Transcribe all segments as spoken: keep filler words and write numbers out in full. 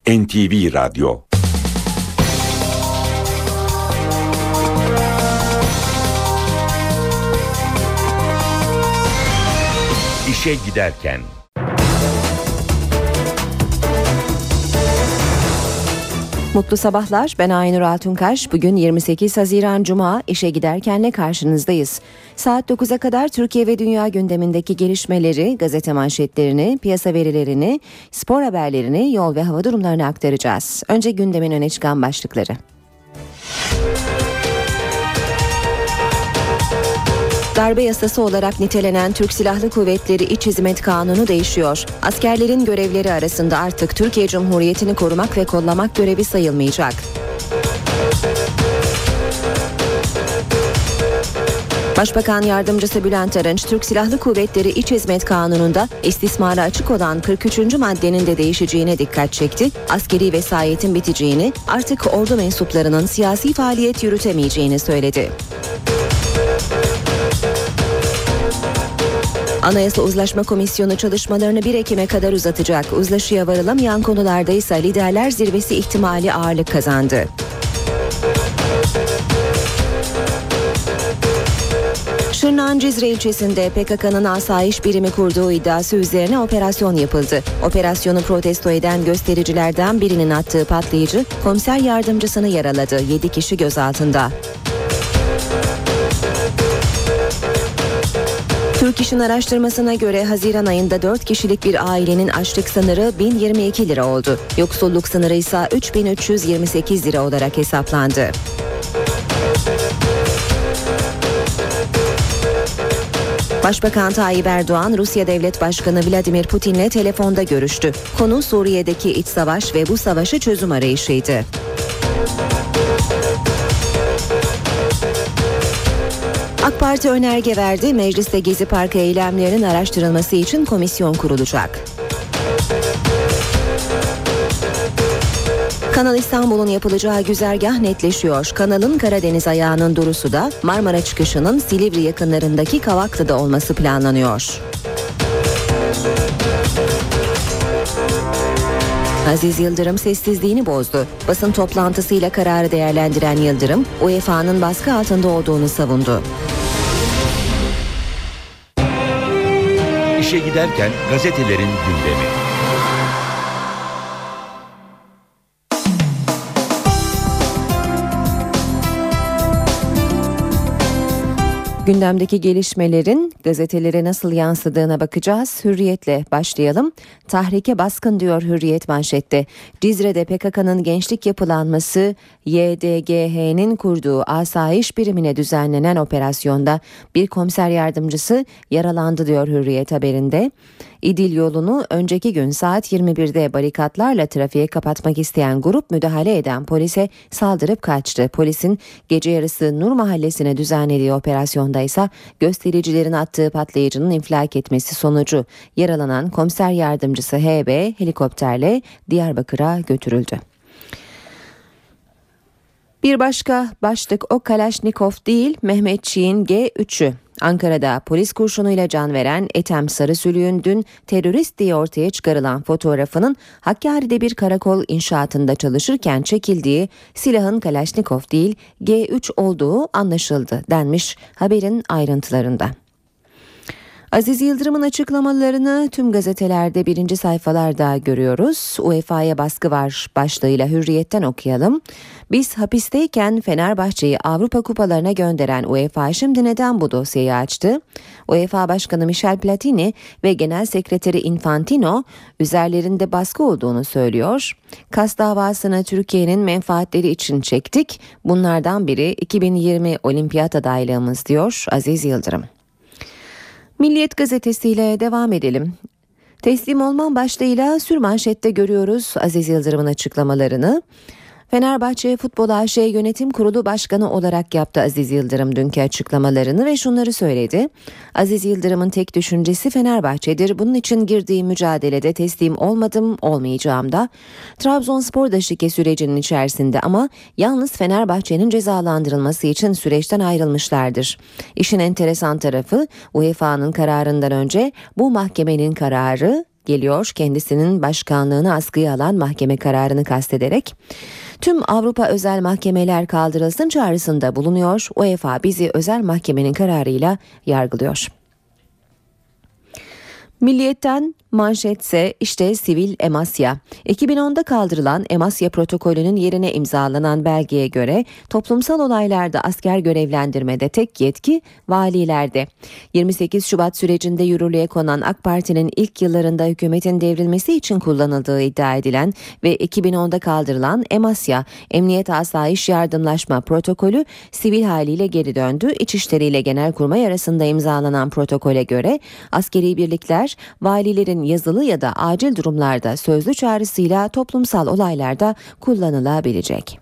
N T V Radyo. İşe giderken. Mutlu sabahlar, ben Aynur Altunkaş. Bugün yirmi sekiz Haziran Cuma, işe giderkenle karşınızdayız. Saat dokuza kadar Türkiye ve dünya gündemindeki gelişmeleri, gazete manşetlerini, piyasa verilerini, spor haberlerini, yol ve hava durumlarını aktaracağız. Önce gündemin öne çıkan başlıkları. Darbe yasası olarak nitelenen Türk Silahlı Kuvvetleri İç Hizmet Kanunu değişiyor. Askerlerin görevleri arasında artık Türkiye Cumhuriyeti'ni korumak ve kollamak görevi sayılmayacak. Başbakan Yardımcısı Bülent Arınç, Türk Silahlı Kuvvetleri İç Hizmet Kanunu'nda istismara açık olan kırk üçüncü maddenin de değişeceğine dikkat çekti. Askeri vesayetin biteceğini, artık ordu mensuplarının siyasi faaliyet yürütemeyeceğini söyledi. Anayasa Uzlaşma Komisyonu çalışmalarını bir Ekim'e kadar uzatacak. Uzlaşıya varılamayan konularda ise liderler zirvesi ihtimali ağırlık kazandı. Şırnak'ın Cizre ilçesinde P K K'nın asayiş birimi kurduğu iddiası üzerine operasyon yapıldı. Operasyonu protesto eden göstericilerden birinin attığı patlayıcı komiser yardımcısını yaraladı. yedi kişi gözaltında. Türk İş'in araştırmasına göre Haziran ayında dört kişilik bir ailenin açlık sınırı bin yirmi iki lira oldu. Yoksulluk sınırı ise üç bin üç yüz yirmi sekiz lira olarak hesaplandı. Başbakan Tayyip Erdoğan, Rusya Devlet Başkanı Vladimir Putin'le telefonda görüştü. Konu Suriye'deki iç savaş ve bu savaşı çözüm arayışıydı. AK Parti önerge verdi. Mecliste Gezi Parkı eylemlerinin araştırılması için komisyon kurulacak. Kanal İstanbul'un yapılacağı güzergah netleşiyor. Kanalın Karadeniz ayağının durusu da Marmara çıkışının Silivri yakınlarındaki Kavaklı'da olması planlanıyor. Aziz Yıldırım sessizliğini bozdu. Basın toplantısıyla kararı değerlendiren Yıldırım, U E F A'nın baskı altında olduğunu savundu. İşe giderken gazetelerin gündemi. Gündemdeki gelişmelerin gazetelere nasıl yansıdığına bakacağız. Hürriyetle başlayalım. Tahrike baskın diyor Hürriyet manşette. Cizre'de P K K'nın gençlik yapılanması Y D G H'nin kurduğu asayiş birimine düzenlenen operasyonda bir komiser yardımcısı yaralandı diyor Hürriyet haberinde. İdil yolunu önceki gün saat yirmi birde barikatlarla trafiğe kapatmak isteyen grup müdahale eden polise saldırıp kaçtı. Polisin gece yarısı Nur Mahallesi'ne düzenlediği operasyonda ise göstericilerin attığı patlayıcının infilak etmesi sonucu yaralanan komiser yardımcısı H B helikopterle Diyarbakır'a götürüldü. Bir başka başlık o Kalaşnikov değil Mehmetçiğin G üçü. Ankara'da polis kurşunuyla can veren Ethem Sarısülük'ün dün terörist diye ortaya çıkarılan fotoğrafının Hakkari'de bir karakol inşaatında çalışırken çekildiği silahın Kalaşnikov değil G üç olduğu anlaşıldı denmiş haberin ayrıntılarında. Aziz Yıldırım'ın açıklamalarını tüm gazetelerde birinci sayfalarda görüyoruz. U E F A'ya baskı var başlığıyla Hürriyet'ten okuyalım. Biz hapisteyken Fenerbahçe'yi Avrupa kupalarına gönderen U E F A şimdi neden bu dosyayı açtı? U E F A Başkanı Michel Platini ve Genel Sekreteri Infantino üzerlerinde baskı olduğunu söylüyor. Kas davasını Türkiye'nin menfaatleri için çektik. Bunlardan biri iki bin yirmi olimpiyat adaylığımız diyor Aziz Yıldırım. Milliyet gazetesiyle devam edelim. Teslim olmam başlığıyla sürmanşette görüyoruz Aziz Yıldırım'ın açıklamalarını. Fenerbahçe Futbol A Ş Yönetim Kurulu Başkanı olarak yaptı Aziz Yıldırım dünkü açıklamalarını ve şunları söyledi. Aziz Yıldırım'ın tek düşüncesi Fenerbahçe'dir. Bunun için girdiği mücadelede teslim olmadım, olmayacağım da. Trabzonspor da şike sürecinin içerisinde ama yalnız Fenerbahçe'nin cezalandırılması için süreçten ayrılmışlardır. İşin enteresan tarafı U E F A'nın kararından önce bu mahkemenin kararı geliyor kendisinin başkanlığını askıya alan mahkeme kararını kastederek. Tüm Avrupa özel mahkemeler kaldırılsın çağrısında bulunuyor. UEFA bizi özel mahkemenin kararıyla yargılıyor. Milliyet'ten manşetse işte sivil Emasya. iki bin onda kaldırılan Emasya protokolünün yerine imzalanan belgeye göre toplumsal olaylarda asker görevlendirmede tek yetki valilerde. yirmi sekiz Şubat sürecinde yürürlüğe konan AK Parti'nin ilk yıllarında hükümetin devrilmesi için kullanıldığı iddia edilen ve iki bin onda kaldırılan Emasya, Emniyet Asayiş Yardımlaşma protokolü sivil haliyle geri döndü. İçişleri ile Genelkurmay arasında imzalanan protokole göre askeri birlikler valilerin yazılı ya da acil durumlarda sözlü çağrısıyla toplumsal olaylarda kullanılabilecek.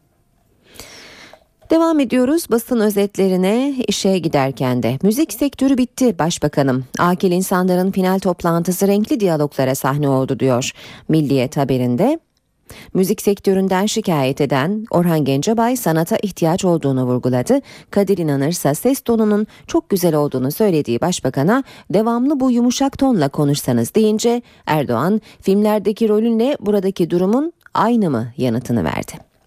Devam ediyoruz basın özetlerine. İşe giderken de müzik sektörü bitti başbakanım. Akil insanların final toplantısı renkli diyaloglara sahne oldu diyor Milliyet haberinde. Müzik sektöründen şikayet eden Orhan Gencebay sanata ihtiyaç olduğunu vurguladı. Kadir İnanırsa ses tonunun çok güzel olduğunu söylediği başbakana devamlı bu yumuşak tonla konuşsanız deyince Erdoğan filmlerdeki rolünle buradaki durumun aynı mı yanıtını verdi.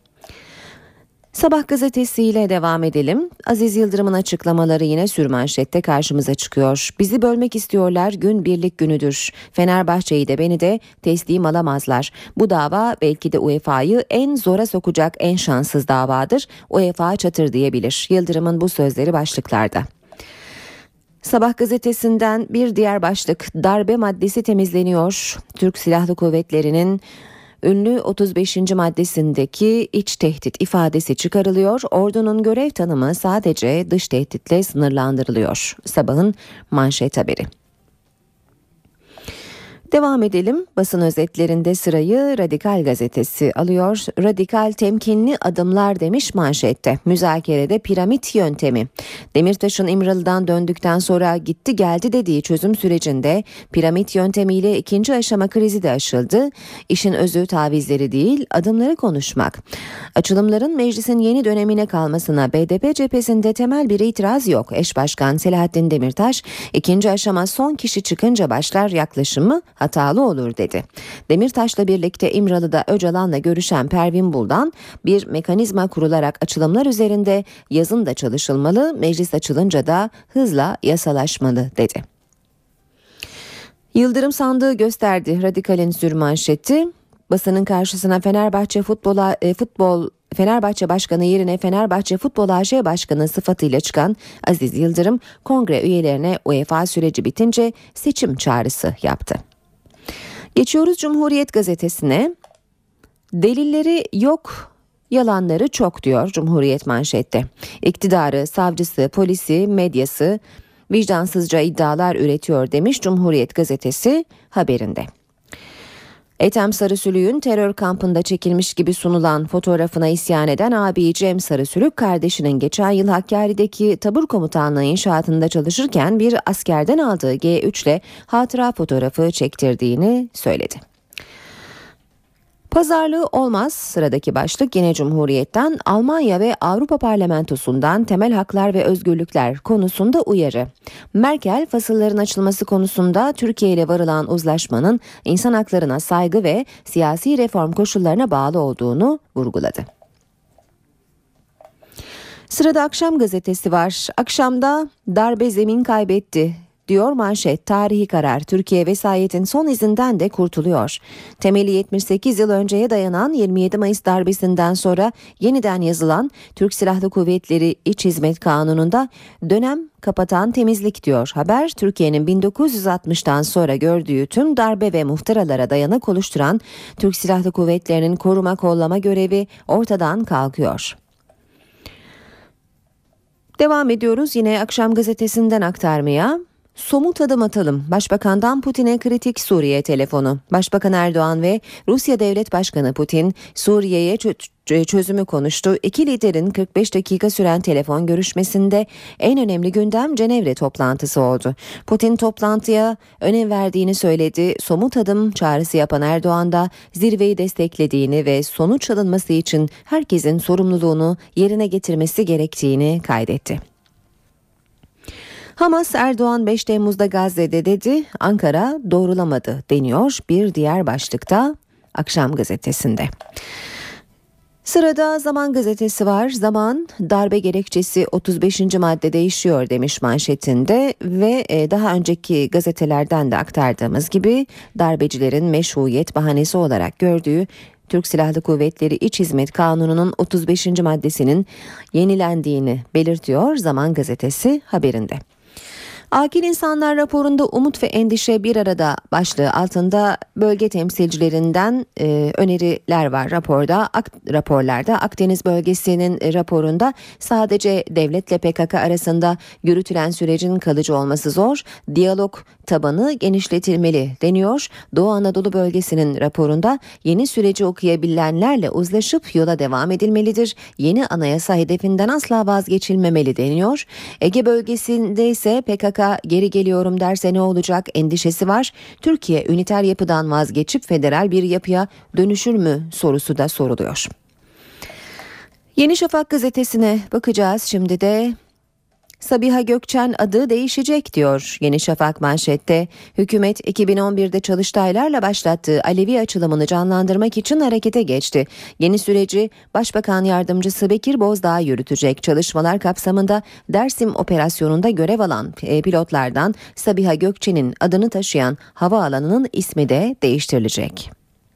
Sabah gazetesiyle devam edelim. Aziz Yıldırım'ın açıklamaları yine sürmanşette karşımıza çıkıyor. Bizi bölmek istiyorlar, gün birlik günüdür. Fenerbahçe'yi de beni de teslim alamazlar. Bu dava belki de U E F A'yı en zora sokacak en şanssız davadır. UEFA çatır diyebilir. Yıldırım'ın bu sözleri başlıklarda. Sabah gazetesinden bir diğer başlık, darbe maddesi temizleniyor. Türk Silahlı Kuvvetleri'nin ünlü otuz beşinci maddesindeki iç tehdit ifadesi çıkarılıyor. Ordunun görev tanımı sadece dış tehditle sınırlandırılıyor. Sabahın manşet haberi. Devam edelim. Basın özetlerinde sırayı Radikal gazetesi alıyor. Radikal temkinli adımlar demiş manşette. Müzakerede piramit yöntemi. Demirtaş'ın İmralı'dan döndükten sonra gitti geldi dediği çözüm sürecinde piramit yöntemiyle ikinci aşama krizi de aşıldı. İşin özü tavizleri değil, adımları konuşmak. Açılımların meclisin yeni dönemine kalmasına B D P cephesinde temel bir itiraz yok. Eş Başkan Selahattin Demirtaş, ikinci aşama son kişi çıkınca başlar yaklaşımı hatalı olur dedi. Demirtaş'la birlikte İmralı'da Öcalan'la görüşen Pervin Buldan, bir mekanizma kurularak açılımlar üzerinde yazın da çalışılmalı, meclis açılınca da hızla yasalaşmalı dedi. Yıldırım sandığı gösterdi. Radikal'in sürmanşeti. Basının karşısına Fenerbahçe futbola e, futbol Fenerbahçe Başkanı yerine Fenerbahçe Futbol A Ş Başkanı sıfatıyla çıkan Aziz Yıldırım, kongre üyelerine UEFA süreci bitince seçim çağrısı yaptı. Geçiyoruz Cumhuriyet gazetesine. Delilleri yok, yalanları çok diyor Cumhuriyet manşette. İktidarı, savcısı, polisi, medyası vicdansızca iddialar üretiyor demiş Cumhuriyet gazetesi haberinde. Ethem Sarısülük'ün terör kampında çekilmiş gibi sunulan fotoğrafına isyan eden abi Cem Sarısülük, kardeşinin geçen yıl Hakkari'deki tabur komutanlığı inşaatında çalışırken bir askerden aldığı G üç ile hatıra fotoğrafı çektirdiğini söyledi. Pazarlığı olmaz sıradaki başlık yine Cumhuriyet'ten. Almanya ve Avrupa Parlamentosu'ndan temel haklar ve özgürlükler konusunda uyarı. Merkel fasılların açılması konusunda Türkiye ile varılan uzlaşmanın insan haklarına saygı ve siyasi reform koşullarına bağlı olduğunu vurguladı. Sırada Akşam gazetesi var. Akşamda darbe zemin kaybetti diyor manşet. Tarihi karar, Türkiye vesayetin son izinden de kurtuluyor. Temeli yetmiş sekiz yıl önceye dayanan yirmi yedi Mayıs darbesinden sonra yeniden yazılan Türk Silahlı Kuvvetleri İç Hizmet Kanunu'nda dönem kapatan temizlik diyor haber. Türkiye'nin bin dokuz yüz altmıştan sonra gördüğü tüm darbe ve muhtıralara dayanak oluşturan Türk Silahlı Kuvvetleri'nin koruma kollama görevi ortadan kalkıyor. Devam ediyoruz yine Akşam gazetesinden aktarmaya. Somut adım atalım. Başbakandan Putin'e kritik Suriye telefonu. Başbakan Erdoğan ve Rusya Devlet Başkanı Putin Suriye'ye çö- çözümü konuştu. İki liderin kırk beş dakika süren telefon görüşmesinde en önemli gündem Cenevre toplantısı oldu. Putin toplantıya önem verdiğini söyledi. Somut adım çağrısı yapan Erdoğan da zirveyi desteklediğini ve sonuç alınması için herkesin sorumluluğunu yerine getirmesi gerektiğini kaydetti. Hamas Erdoğan beş Temmuz'da Gazze'de dedi, Ankara doğrulamadı deniyor bir diğer başlıkta Akşam Gazetesi'nde. Sırada Zaman Gazetesi var. Zaman darbe gerekçesi otuz beşinci madde değişiyor demiş manşetinde ve daha önceki gazetelerden de aktardığımız gibi darbecilerin meşruiyet bahanesi olarak gördüğü Türk Silahlı Kuvvetleri İç Hizmet Kanunu'nun otuz beşinci maddesinin yenilendiğini belirtiyor Zaman Gazetesi haberinde. Akil İnsanlar raporunda umut ve endişe bir arada başlığı altında bölge temsilcilerinden e, öneriler var raporda. Ak, raporlarda Akdeniz bölgesinin e, raporunda sadece devletle P K K arasında yürütülen sürecin kalıcı olması zor, diyalog tabanı genişletilmeli deniyor. Doğu Anadolu bölgesinin raporunda yeni süreci okuyabilenlerle uzlaşıp yola devam edilmelidir. Yeni anayasa hedefinden asla vazgeçilmemeli deniyor. Ege bölgesinde ise P K K geri geliyorum derse ne olacak endişesi var. Türkiye üniter yapıdan vazgeçip federal bir yapıya dönüşür mü sorusu da soruluyor. Yeni Şafak gazetesine bakacağız şimdi de. Sabiha Gökçen adı değişecek diyor Yeni Şafak manşette. Hükümet iki bin on birde Çalıştaylarla başlattığı Alevi açılımını canlandırmak için harekete geçti. Yeni süreci Başbakan Yardımcısı Bekir Bozdağ yürütecek. Çalışmalar kapsamında Dersim operasyonunda görev alan pilotlardan Sabiha Gökçen'in adını taşıyan havaalanının ismi de değiştirilecek.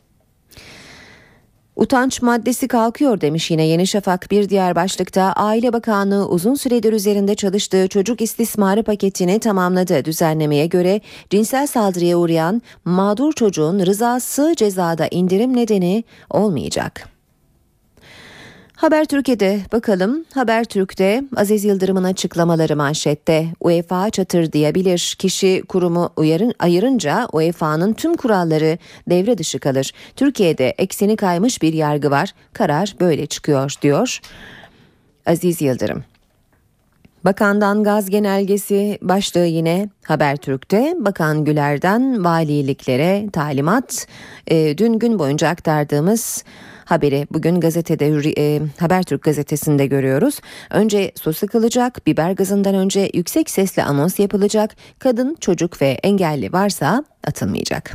Utanç maddesi kalkıyor demiş yine Yeni Şafak bir diğer başlıkta. Aile Bakanlığı uzun süredir üzerinde çalıştığı çocuk istismarı paketini tamamladı. Düzenlemeye göre cinsel saldırıya uğrayan mağdur çocuğun rızası cezada indirim nedeni olmayacak. Habertürk'e bakalım. Habertürk'te Aziz Yıldırım'ın açıklamaları manşette. UEFA çatır diyebilir. Kişi kurumu uyarın, ayırınca U E F A'nın tüm kuralları devre dışı kalır. Türkiye'de ekseni kaymış bir yargı var. Karar böyle çıkıyor diyor Aziz Yıldırım. Bakandan gaz genelgesi başlığı yine Habertürk'te. Bakan Güler'den valiliklere talimat. E, dün gün boyunca aktardığımız haberi bugün gazetede e, Habertürk gazetesinde görüyoruz. Önce su sıkılacak, biber gazından önce yüksek sesle anons yapılacak, kadın, çocuk ve engelli varsa atılmayacak.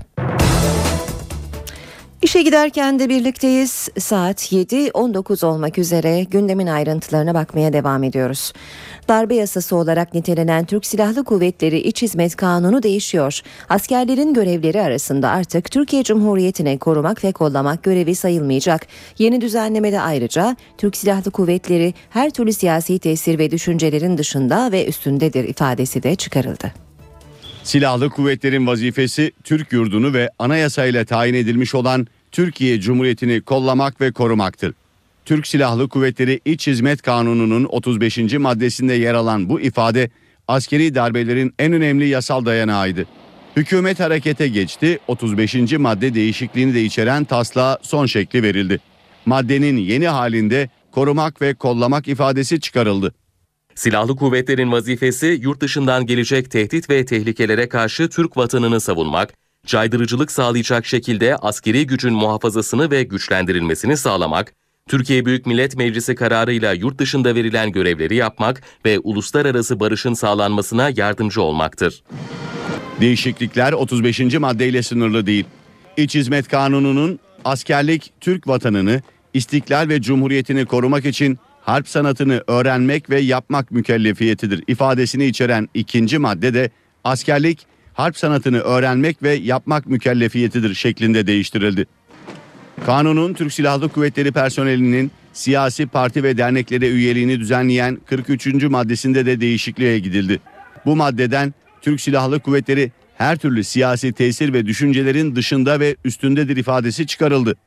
İşe giderken de birlikteyiz. Saat yedi on dokuz olmak üzere gündemin ayrıntılarına bakmaya devam ediyoruz. Darbe yasası olarak nitelenen Türk Silahlı Kuvvetleri İç Hizmet Kanunu değişiyor. Askerlerin görevleri arasında artık Türkiye Cumhuriyeti'ni korumak ve kollamak görevi sayılmayacak. Yeni düzenlemede ayrıca Türk Silahlı Kuvvetleri her türlü siyasi tesir ve düşüncelerin dışında ve üstündedir ifadesi de çıkarıldı. Silahlı kuvvetlerin vazifesi Türk yurdunu ve anayasayla tayin edilmiş olan Türkiye Cumhuriyeti'ni kollamak ve korumaktır. Türk Silahlı Kuvvetleri İç Hizmet Kanunu'nun otuz beşinci maddesinde yer alan bu ifade askeri darbelerin en önemli yasal dayanağıydı. Hükümet harekete geçti, otuz beşinci madde değişikliğini de içeren taslağa son şekli verildi. Maddenin yeni halinde korumak ve kollamak ifadesi çıkarıldı. Silahlı kuvvetlerin vazifesi yurt dışından gelecek tehdit ve tehlikelere karşı Türk vatanını savunmak, caydırıcılık sağlayacak şekilde askeri gücün muhafazasını ve güçlendirilmesini sağlamak, Türkiye Büyük Millet Meclisi kararıyla yurt dışında verilen görevleri yapmak ve uluslararası barışın sağlanmasına yardımcı olmaktır. Değişiklikler otuz beşinci maddeyle sınırlı değil. İç Hizmet Kanunu'nun askerlik Türk vatanını, istiklal ve cumhuriyetini korumak için harp sanatını öğrenmek ve yapmak mükellefiyetidir ifadesini içeren ikinci madde de askerlik harp sanatını öğrenmek ve yapmak mükellefiyetidir şeklinde değiştirildi. Kanunun Türk Silahlı Kuvvetleri personelinin siyasi parti ve derneklere üyeliğini düzenleyen kırk üçüncü maddesinde de değişikliğe gidildi. Bu maddeden Türk Silahlı Kuvvetleri her türlü siyasi tesir ve düşüncelerin dışında ve üstündedir ifadesi çıkarıldı.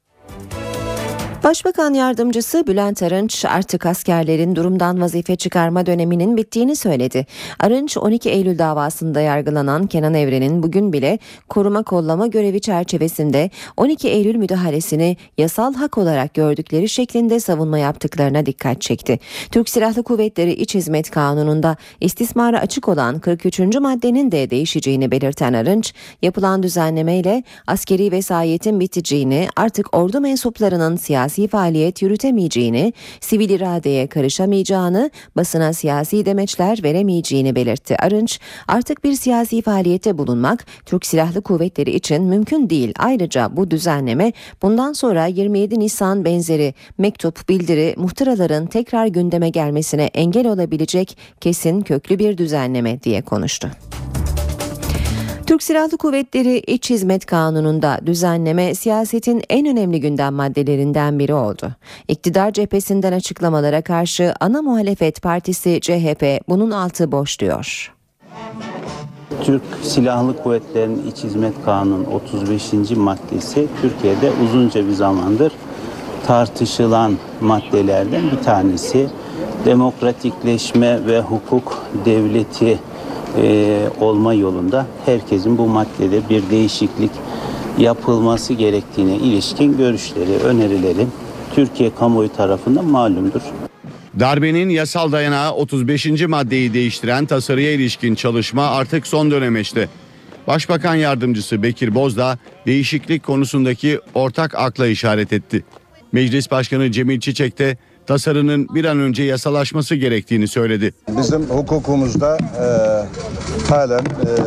Başbakan Yardımcısı Bülent Arınç artık askerlerin durumdan vazife çıkarma döneminin bittiğini söyledi. Arınç on iki Eylül davasında yargılanan Kenan Evren'in bugün bile koruma kollama görevi çerçevesinde on iki Eylül müdahalesini yasal hak olarak gördükleri şeklinde savunma yaptıklarına dikkat çekti. Türk Silahlı Kuvvetleri İç Hizmet Kanunu'nda istismara açık olan kırk üçüncü maddenin de değişeceğini belirten Arınç, yapılan düzenlemeyle askeri vesayetin biteceğini, artık ordu mensuplarının siyasi siyasi faaliyet yürütemeyeceğini, sivil iradeye karışamayacağını, basına siyasi demeçler veremeyeceğini belirtti. Arınç, artık bir siyasi faaliyette bulunmak Türk Silahlı Kuvvetleri için mümkün değil. Ayrıca bu düzenleme bundan sonra yirmi yedi Nisan benzeri mektup, bildiri, muhtıraların tekrar gündeme gelmesine engel olabilecek kesin köklü bir düzenleme diye konuştu. Türk Silahlı Kuvvetleri İç Hizmet Kanunu'nda düzenleme siyasetin en önemli gündem maddelerinden biri oldu. İktidar cephesinden açıklamalara karşı ana muhalefet partisi C H P bunun altı boş diyor. Türk Silahlı Kuvvetleri'nin İç Hizmet Kanunu'nun otuz beşinci maddesi Türkiye'de uzunca bir zamandır tartışılan maddelerden bir tanesi. Demokratikleşme ve hukuk devleti e, olma yolunda herkesin bu maddede bir değişiklik yapılması gerektiğine ilişkin görüşleri, önerileri Türkiye kamuoyu tarafından malumdur. Darbenin yasal dayanağı otuz beşinci maddeyi değiştiren tasarıya ilişkin çalışma artık son dönemeçte. Başbakan Yardımcısı Bekir Bozdağ değişiklik konusundaki ortak akla işaret etti. Meclis Başkanı Cemil Çiçek de tasarının bir an önce yasalaşması gerektiğini söyledi. Bizim hukukumuzda e, halen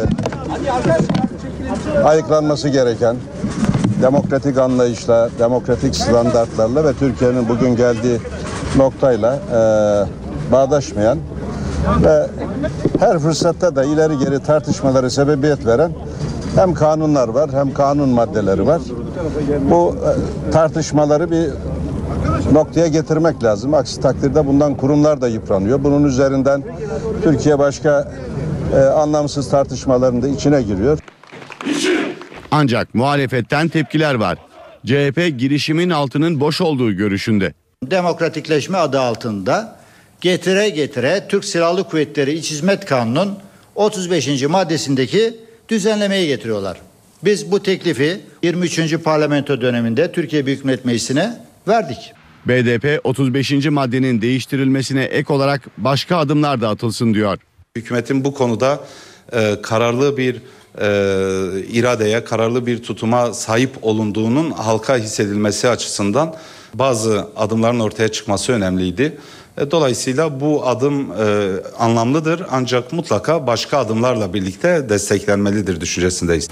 e, ayıklanması gereken demokratik anlayışla, demokratik standartlarla ve Türkiye'nin bugün geldiği noktayla e, bağdaşmayan ve her fırsatta da ileri geri tartışmaları sebebiyet veren hem kanunlar var hem kanun maddeleri var. Bu e, tartışmaları bir noktaya getirmek lazım. Aksi takdirde bundan kurumlar da yıpranıyor. Bunun üzerinden Türkiye başka e, anlamsız tartışmaların da içine giriyor. Ancak muhalefetten tepkiler var. C H P girişimin altının boş olduğu görüşünde. Demokratikleşme adı altında getire getire Türk Silahlı Kuvvetleri İç Hizmet Kanunu'nun otuz beşinci maddesindeki düzenlemeyi getiriyorlar. Biz bu teklifi yirmi üçüncü parlamento döneminde Türkiye Büyük Millet Meclisi'ne verdik. B D P otuz beşinci maddenin değiştirilmesine ek olarak başka adımlar da atılsın diyor. Hükümetin bu konuda e, kararlı bir e, iradeye, kararlı bir tutuma sahip olunduğunun halka hissedilmesi açısından bazı adımların ortaya çıkması önemliydi. E, dolayısıyla bu adım e, anlamlıdır ancak mutlaka başka adımlarla birlikte desteklenmelidir düşüncesindeyiz.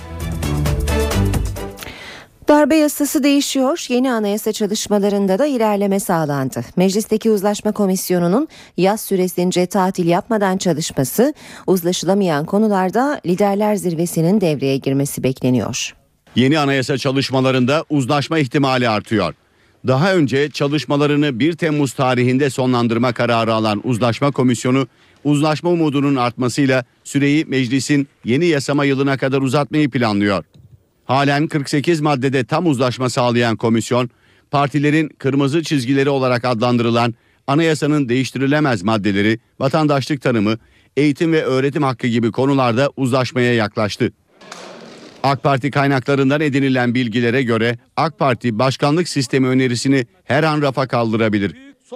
Darbe yasası değişiyor, yeni anayasa çalışmalarında da ilerleme sağlandı. Meclisteki Uzlaşma Komisyonu'nun yaz süresince tatil yapmadan çalışması, uzlaşılamayan konularda liderler zirvesinin devreye girmesi bekleniyor. Yeni anayasa çalışmalarında uzlaşma ihtimali artıyor. Daha önce çalışmalarını bir Temmuz tarihinde sonlandırma kararı alan Uzlaşma Komisyonu, uzlaşma umudunun artmasıyla süreyi meclisin yeni yasama yılına kadar uzatmayı planlıyor. Halen kırk sekiz maddede tam uzlaşma sağlayan komisyon, partilerin kırmızı çizgileri olarak adlandırılan anayasanın değiştirilemez maddeleri, vatandaşlık tanımı, eğitim ve öğretim hakkı gibi konularda uzlaşmaya yaklaştı. AK Parti kaynaklarından edinilen bilgilere göre AK Parti başkanlık sistemi önerisini her an rafa kaldırabilir.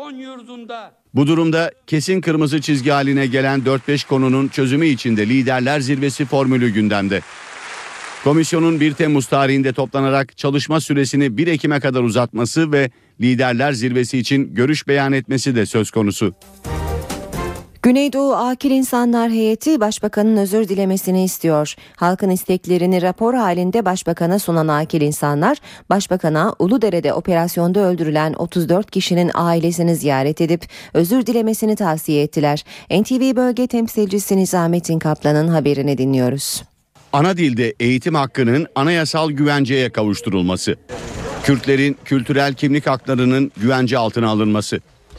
Bu durumda kesin kırmızı çizgi haline gelen dört beş konunun çözümü için de liderler zirvesi formülü gündemde. Komisyonun bir Temmuz tarihinde toplanarak çalışma süresini bir Ekim'e kadar uzatması ve liderler zirvesi için görüş beyan etmesi de söz konusu. Güneydoğu Akil İnsanlar Heyeti Başbakanın özür dilemesini istiyor. Halkın isteklerini rapor halinde Başbakan'a sunan Akil İnsanlar, Başbakan'a Uludere'de operasyonda öldürülen otuz dört kişinin ailesini ziyaret edip özür dilemesini tavsiye ettiler. N T V Bölge Temsilcisi Nizamettin Kaplan'ın haberini dinliyoruz. Ana dilde eğitim hakkının anayasal güvenceye kavuşturulması. Kürtlerin kültürel kimlik haklarının güvence altına alınması.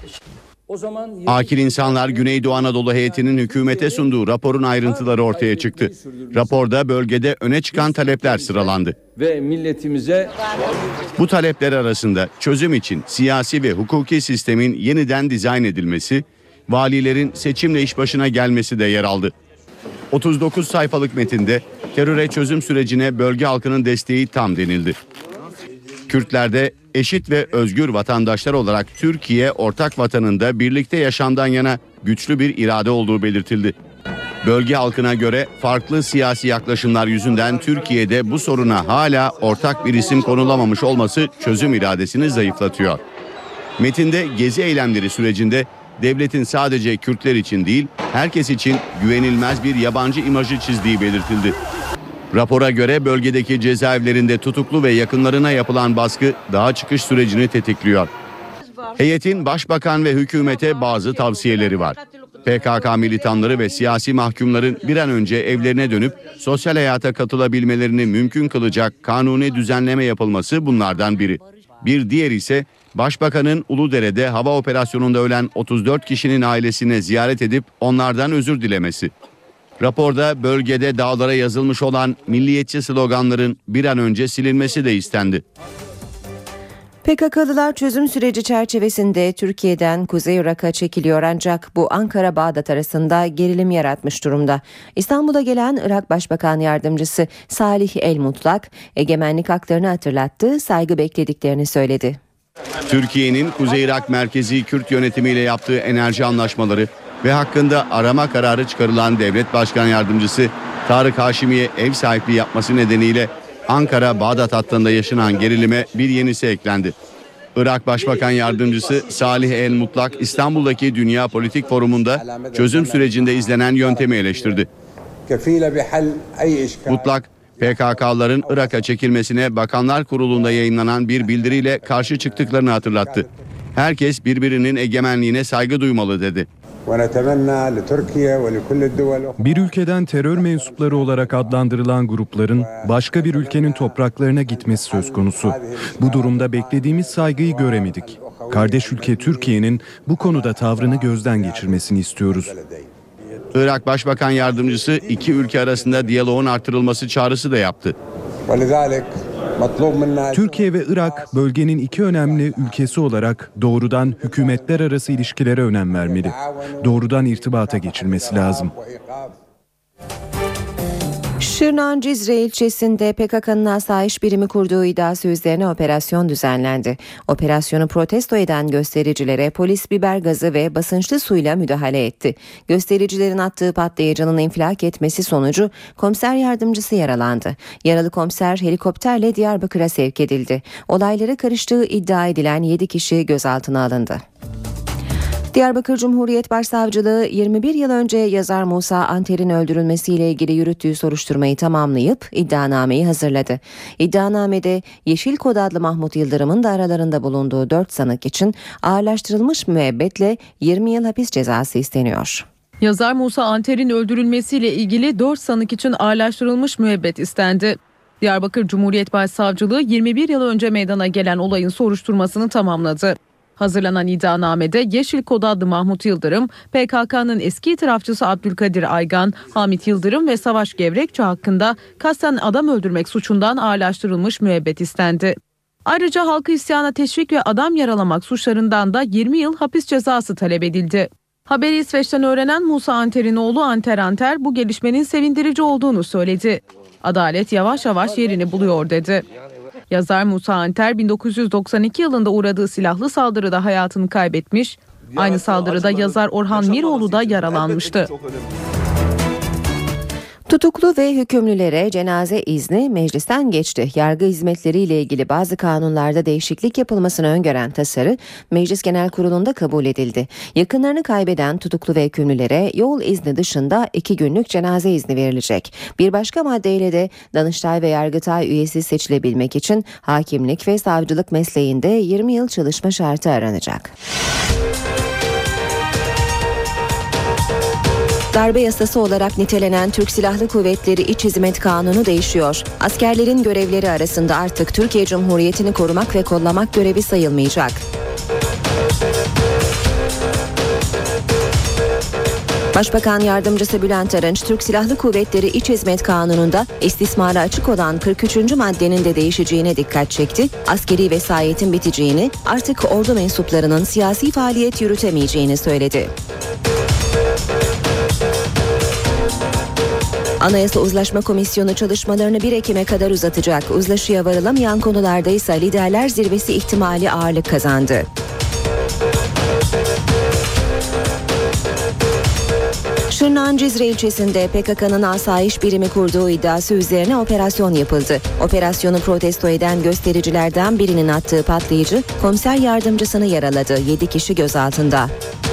Akil İnsanlar Güneydoğu Anadolu heyetinin hükümete sunduğu raporun ayrıntıları ortaya çıktı. Raporda bölgede öne çıkan talepler sıralandı. Ve milletimize bu talepler arasında çözüm için siyasi ve hukuki sistemin yeniden dizayn edilmesi, valilerin seçimle iş başına gelmesi de yer aldı. otuz dokuz sayfalık metinde teröre çözüm sürecine bölge halkının desteği tam denildi. Kürtlerde eşit ve özgür vatandaşlar olarak Türkiye ortak vatanında birlikte yaşamdan yana güçlü bir irade olduğu belirtildi. Bölge halkına göre farklı siyasi yaklaşımlar yüzünden Türkiye'de bu soruna hala ortak bir isim konulamamış olması çözüm iradesini zayıflatıyor. Metinde gezi eylemleri sürecinde devletin sadece Kürtler için değil, herkes için güvenilmez bir yabancı imajı çizdiği belirtildi. Rapora göre bölgedeki cezaevlerinde tutuklu ve yakınlarına yapılan baskı daha çıkış sürecini tetikliyor. Heyetin başbakan ve hükümete bazı tavsiyeleri var. P K K militanları ve siyasi mahkumların bir an önce evlerine dönüp sosyal hayata katılabilmelerini mümkün kılacak kanuni düzenleme yapılması bunlardan biri. Bir diğer ise Başbakanın Uludere'de hava operasyonunda ölen otuz dört kişinin ailesine ziyaret edip onlardan özür dilemesi. Raporda bölgede dağlara yazılmış olan milliyetçi sloganların bir an önce silinmesi de istendi. P K K'lılar çözüm süreci çerçevesinde Türkiye'den Kuzey Irak'a çekiliyor ancak bu Ankara-Bağdat arasında gerilim yaratmış durumda. İstanbul'a gelen Irak Başbakan Yardımcısı Salih El Mutlak, egemenlik haklarını hatırlattı, saygı beklediklerini söyledi. Türkiye'nin Kuzey Irak merkezi Kürt yönetimiyle yaptığı enerji anlaşmaları ve hakkında arama kararı çıkarılan Devlet Başkan Yardımcısı Tarık Haşimi'ye ev sahipliği yapması nedeniyle Ankara-Bağdat hattında yaşanan gerilime bir yenisi eklendi. Irak Başbakan Yardımcısı Salih El Mutlak İstanbul'daki Dünya Politik Forumu'nda çözüm sürecinde izlenen yöntemi eleştirdi. Mutlak, P K K'ların Irak'a çekilmesine Bakanlar Kurulu'nda yayınlanan bir bildiriyle karşı çıktıklarını hatırlattı. Herkes birbirinin egemenliğine saygı duymalı dedi. Bir ülkeden terör mensupları olarak adlandırılan grupların başka bir ülkenin topraklarına gitmesi söz konusu. Bu durumda beklediğimiz saygıyı göremedik. Kardeş ülke Türkiye'nin bu konuda tavrını gözden geçirmesini istiyoruz. Irak Başbakan Yardımcısı iki ülke arasında diyaloğun artırılması çağrısı da yaptı. Türkiye ve Irak bölgenin iki önemli ülkesi olarak doğrudan hükümetler arası ilişkilere önem vermeli. Doğrudan irtibata geçilmesi lazım. Şırnak'ın Cizre ilçesinde P K K'nın asayiş birimi kurduğu iddiası üzerine operasyon düzenlendi. Operasyonu protesto eden göstericilere polis biber gazı ve basınçlı suyla müdahale etti. Göstericilerin attığı patlayıcının infilak etmesi sonucu komiser yardımcısı yaralandı. Yaralı komiser helikopterle Diyarbakır'a sevk edildi. Olaylara karıştığı iddia edilen yedi kişi gözaltına alındı. Diyarbakır Cumhuriyet Başsavcılığı yirmi bir yıl önce yazar Musa Anter'in öldürülmesiyle ilgili yürüttüğü soruşturmayı tamamlayıp iddianameyi hazırladı. İddianamede Yeşil Kod adlı Mahmut Yıldırım'ın da aralarında bulunduğu dört sanık için ağırlaştırılmış müebbetle yirmi yıl hapis cezası isteniyor. Yazar Musa Anter'in öldürülmesiyle ilgili dört sanık için ağırlaştırılmış müebbet istendi. Diyarbakır Cumhuriyet Başsavcılığı yirmi bir yıl önce meydana gelen olayın soruşturmasını tamamladı. Hazırlanan iddianamede Yeşil Kod adlı Mahmut Yıldırım, P K K'nın eski itirafçısı Abdülkadir Aygan, Hamit Yıldırım ve Savaş Gevrekçi hakkında kasten adam öldürmek suçundan ağırlaştırılmış müebbet istendi. Ayrıca halkı isyana teşvik ve adam yaralamak suçlarından da yirmi yıl hapis cezası talep edildi. Haberi İsveç'ten öğrenen Musa Anter'in oğlu Anter Anter bu gelişmenin sevindirici olduğunu söyledi. Adalet yavaş yavaş yerini buluyor dedi. Yazar Musa Anter bin dokuz yüz doksan iki yılında uğradığı silahlı saldırıda hayatını kaybetmiş, aynı saldırıda yazar Orhan Miroğlu da yaralanmıştı. Tutuklu ve hükümlülere cenaze izni meclisten geçti. Yargı hizmetleriyle ilgili bazı kanunlarda değişiklik yapılmasını öngören tasarı Meclis Genel Kurulu'nda kabul edildi. Yakınlarını kaybeden tutuklu ve hükümlülere yol izni dışında iki günlük cenaze izni verilecek. Bir başka maddeyle de Danıştay ve Yargıtay üyesi seçilebilmek için hakimlik ve savcılık mesleğinde yirmi yıl çalışma şartı aranacak. Darbe yasası olarak nitelenen Türk Silahlı Kuvvetleri İç Hizmet Kanunu değişiyor. Askerlerin görevleri arasında artık Türkiye Cumhuriyeti'ni korumak ve kollamak görevi sayılmayacak. Başbakan Yardımcısı Bülent Arınç, Türk Silahlı Kuvvetleri İç Hizmet Kanunu'nda istismara açık olan kırk üçüncü maddenin de değişeceğine dikkat çekti. Askeri vesayetin biteceğini, artık ordu mensuplarının siyasi faaliyet yürütemeyeceğini söyledi. Anayasa Uzlaşma Komisyonu çalışmalarını bir Ekim'e kadar uzatacak. Uzlaşıya varılamayan konularda ise liderler zirvesi ihtimali ağırlık kazandı. Tırnağın Cizre ilçesinde P K K'nın asayiş birimi kurduğu iddiası üzerine operasyon yapıldı. Operasyonu protesto eden göstericilerden birinin attığı patlayıcı komiser yardımcısını yaraladı. yedi kişi gözaltında.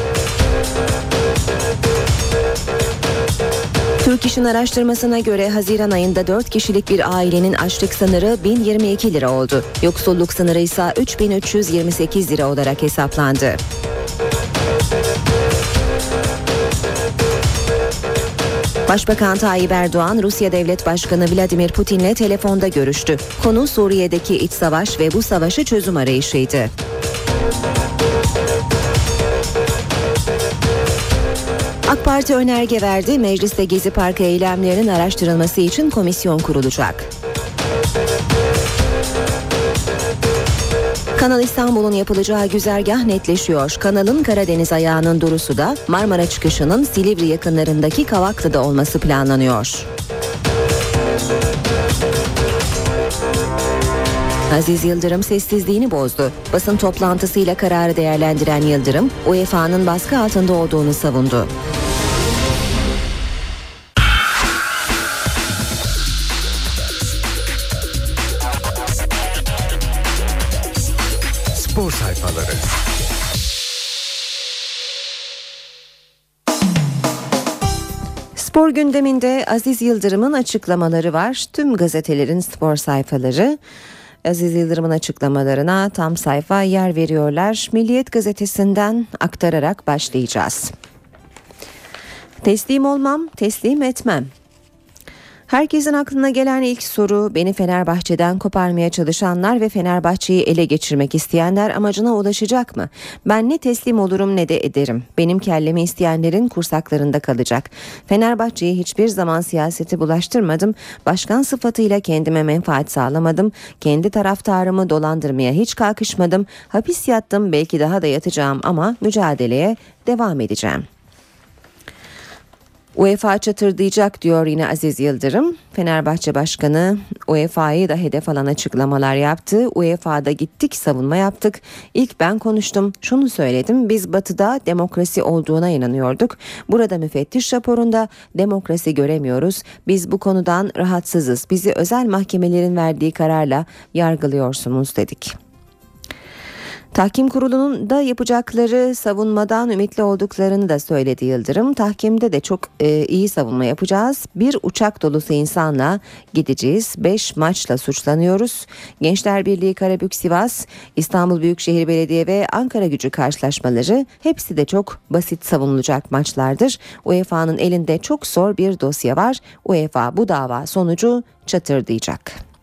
Türk İş'in araştırmasına göre Haziran ayında dört kişilik bir ailenin açlık sınırı bin yirmi iki lira oldu. Yoksulluk sınırı ise üç bin üç yüz yirmi sekiz lira olarak hesaplandı. Başbakan Tayyip Erdoğan, Rusya Devlet Başkanı Vladimir Putin'le telefonda görüştü. Konu Suriye'deki iç savaş ve bu savaşı çözüm arayışıydı. AK Parti önerge verdi. Mecliste Gezi Parkı eylemlerinin araştırılması için komisyon kurulacak. Kanal İstanbul'un yapılacağı güzergah netleşiyor. Kanalın Karadeniz ayağının doğrusu da Marmara çıkışının Silivri yakınlarındaki Kavaklı'da olması planlanıyor. Aziz Yıldırım sessizliğini bozdu. Basın toplantısıyla kararı değerlendiren Yıldırım, U E F A'nın baskı altında olduğunu savundu. Spor sayfaları. Spor gündeminde Aziz Yıldırım'ın açıklamaları var. Tüm gazetelerin spor sayfaları Aziz Yıldırım'ın açıklamalarına tam sayfa yer veriyorlar. Milliyet gazetesinden aktararak başlayacağız. Teslim olmam, teslim etmem. Herkesin aklına gelen ilk soru, beni Fenerbahçe'den koparmaya çalışanlar ve Fenerbahçe'yi ele geçirmek isteyenler amacına ulaşacak mı? Ben ne teslim olurum ne de ederim. Benim kellemi isteyenlerin kursaklarında kalacak. Fenerbahçe'yi hiçbir zaman siyasete bulaştırmadım. Başkan sıfatıyla kendime menfaat sağlamadım. Kendi taraftarımı dolandırmaya hiç kalkışmadım. Hapis yattım, belki daha da yatacağım ama mücadeleye devam edeceğim. U E F A çatırdayacak diyor yine Aziz Yıldırım. Fenerbahçe Başkanı U E F A'yı da hedef alan açıklamalar yaptı. U E F A'da gittik, savunma yaptık. İlk ben konuştum, şunu söyledim. Biz Batı'da demokrasi olduğuna inanıyorduk. Burada müfettiş raporunda demokrasi göremiyoruz. Biz bu konudan rahatsızız. Bizi özel mahkemelerin verdiği kararla yargılıyorsunuz dedik. Tahkim kurulunun da yapacakları savunmadan ümitli olduklarını da söyledi Yıldırım. Tahkimde de çok e, iyi savunma yapacağız. Bir uçak dolusu insanla gideceğiz. Beş maçla suçlanıyoruz. Gençler Birliği Karabük Sivas, İstanbul Büyükşehir Belediye ve Ankara Gücü karşılaşmaları hepsi de çok basit savunulacak maçlardır. U E F A'nın elinde çok zor bir dosya var. U E F A bu dava sonucu çatırdayacak.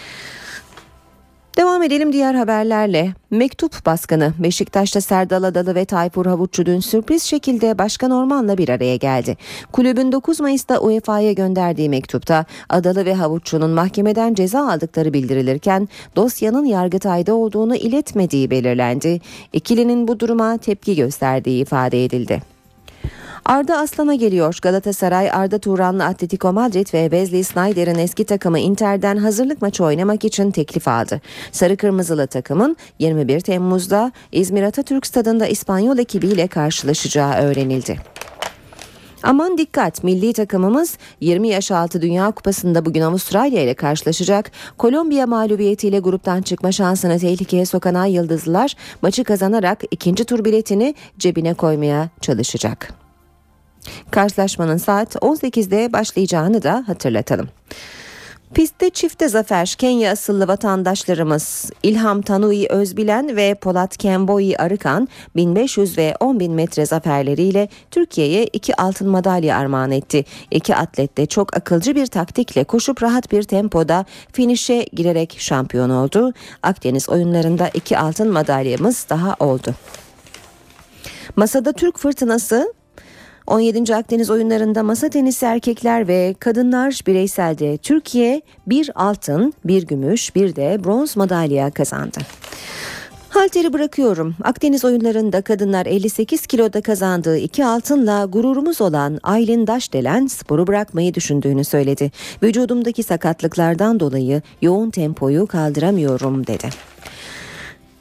Devam edelim diğer haberlerle. Mektup baskını. Beşiktaş'ta Serdal Adalı ve Tayfur Havuççu dün sürpriz şekilde Başkan Orman'la bir araya geldi. Kulübün dokuz Mayıs'ta U E F A'ya gönderdiği mektupta Adalı ve Havuççu'nun mahkemeden ceza aldıkları bildirilirken dosyanın Yargıtay'da olduğunu iletmediği belirlendi. İkilinin bu duruma tepki gösterdiği ifade edildi. Arda Aslan'a geliyor. Galatasaray, Arda Turanlı Atletico Madrid ve Wesley Sneijder'in eski takımı Inter'den hazırlık maçı oynamak için teklif aldı. Sarı Kırmızılı takımın yirmi bir Temmuz'da İzmir Atatürk Stadı'nda İspanyol ekibiyle karşılaşacağı öğrenildi. Aman dikkat, milli takımımız yirmi yaş altı Dünya Kupası'nda bugün Avustralya ile karşılaşacak. Kolombiya mağlubiyetiyle gruptan çıkma şansını tehlikeye sokan Ay Yıldızlılar maçı kazanarak ikinci tur biletini cebine koymaya çalışacak. Karşılaşmanın saat on sekizde başlayacağını da hatırlatalım. Pistte çifte zafer. Kenya asıllı vatandaşlarımız İlham Tanui Özbilen ve Polat Kemboi Arıkan bin beş yüz ve on bin metre zaferleriyle Türkiye'ye iki altın madalya armağan etti. İki atlet de çok akılcı bir taktikle koşup rahat bir tempoda finişe girerek şampiyon oldu. Akdeniz oyunlarında iki altın madalyamız daha oldu. Masada Türk fırtınası. on yedinci Akdeniz oyunlarında masa tenisi erkekler ve kadınlar bireyselde Türkiye bir altın, bir gümüş, bir de bronz madalya kazandı. Halteri bırakıyorum. Akdeniz oyunlarında kadınlar elli sekiz kiloda kazandığı iki altınla gururumuz olan Aylin Daşdelen sporu bırakmayı düşündüğünü söyledi. Vücudumdaki sakatlıklardan dolayı yoğun tempoyu kaldıramıyorum dedi.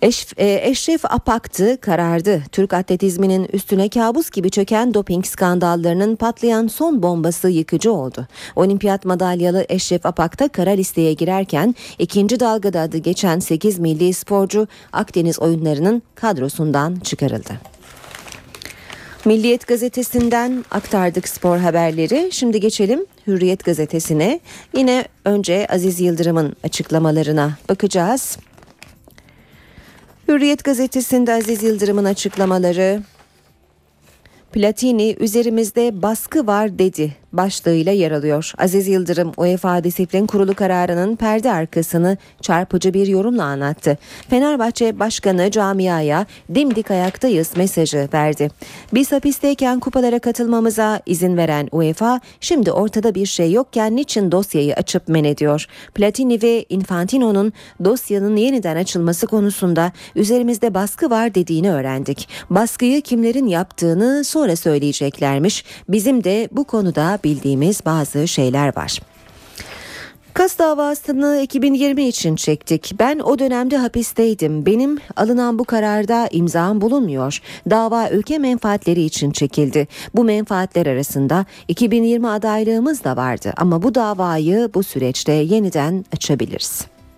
Eş, e, Eşref Apak'tı, karardı. Türk atletizminin üstüne kabus gibi çöken doping skandallarının patlayan son bombası yıkıcı oldu. Olimpiyat madalyalı Eşref Apak'ta kara listeye girerken ikinci dalgada adı geçen sekiz milli sporcu Akdeniz oyunlarının kadrosundan çıkarıldı. Milliyet gazetesinden aktardık spor haberleri. Şimdi geçelim Hürriyet gazetesine. Yine önce Aziz Yıldırım'ın açıklamalarına bakacağız. Hürriyet gazetesinde Aziz Yıldırım'ın açıklamaları. Platini üzerimizde baskı var dedi başlığıyla yer alıyor. Aziz Yıldırım UEFA Disiplin Kurulu kararının perde arkasını çarpıcı bir yorumla anlattı. Fenerbahçe Başkanı camiaya dimdik ayaktayız mesajı verdi. Biz hapisteyken kupalara katılmamıza izin veren UEFA şimdi ortada bir şey yokken niçin dosyayı açıp men ediyor? Platini ve Infantino'nun dosyanın yeniden açılması konusunda üzerimizde baskı var dediğini öğrendik. Baskıyı kimlerin yaptığını sonra söyleyeceklermiş. Bizim de bu konuda bildiğimiz bazı şeyler var. Kas davasını iki bin yirmi için çektik. Ben o dönemde hapisteydim. Benim alınan bu kararda imzam bulunmuyor. Dava ülke menfaatleri için çekildi. Bu menfaatler arasında iki bin yirmi adaylığımız da vardı. Ama bu davayı bu süreçte yeniden açabiliriz.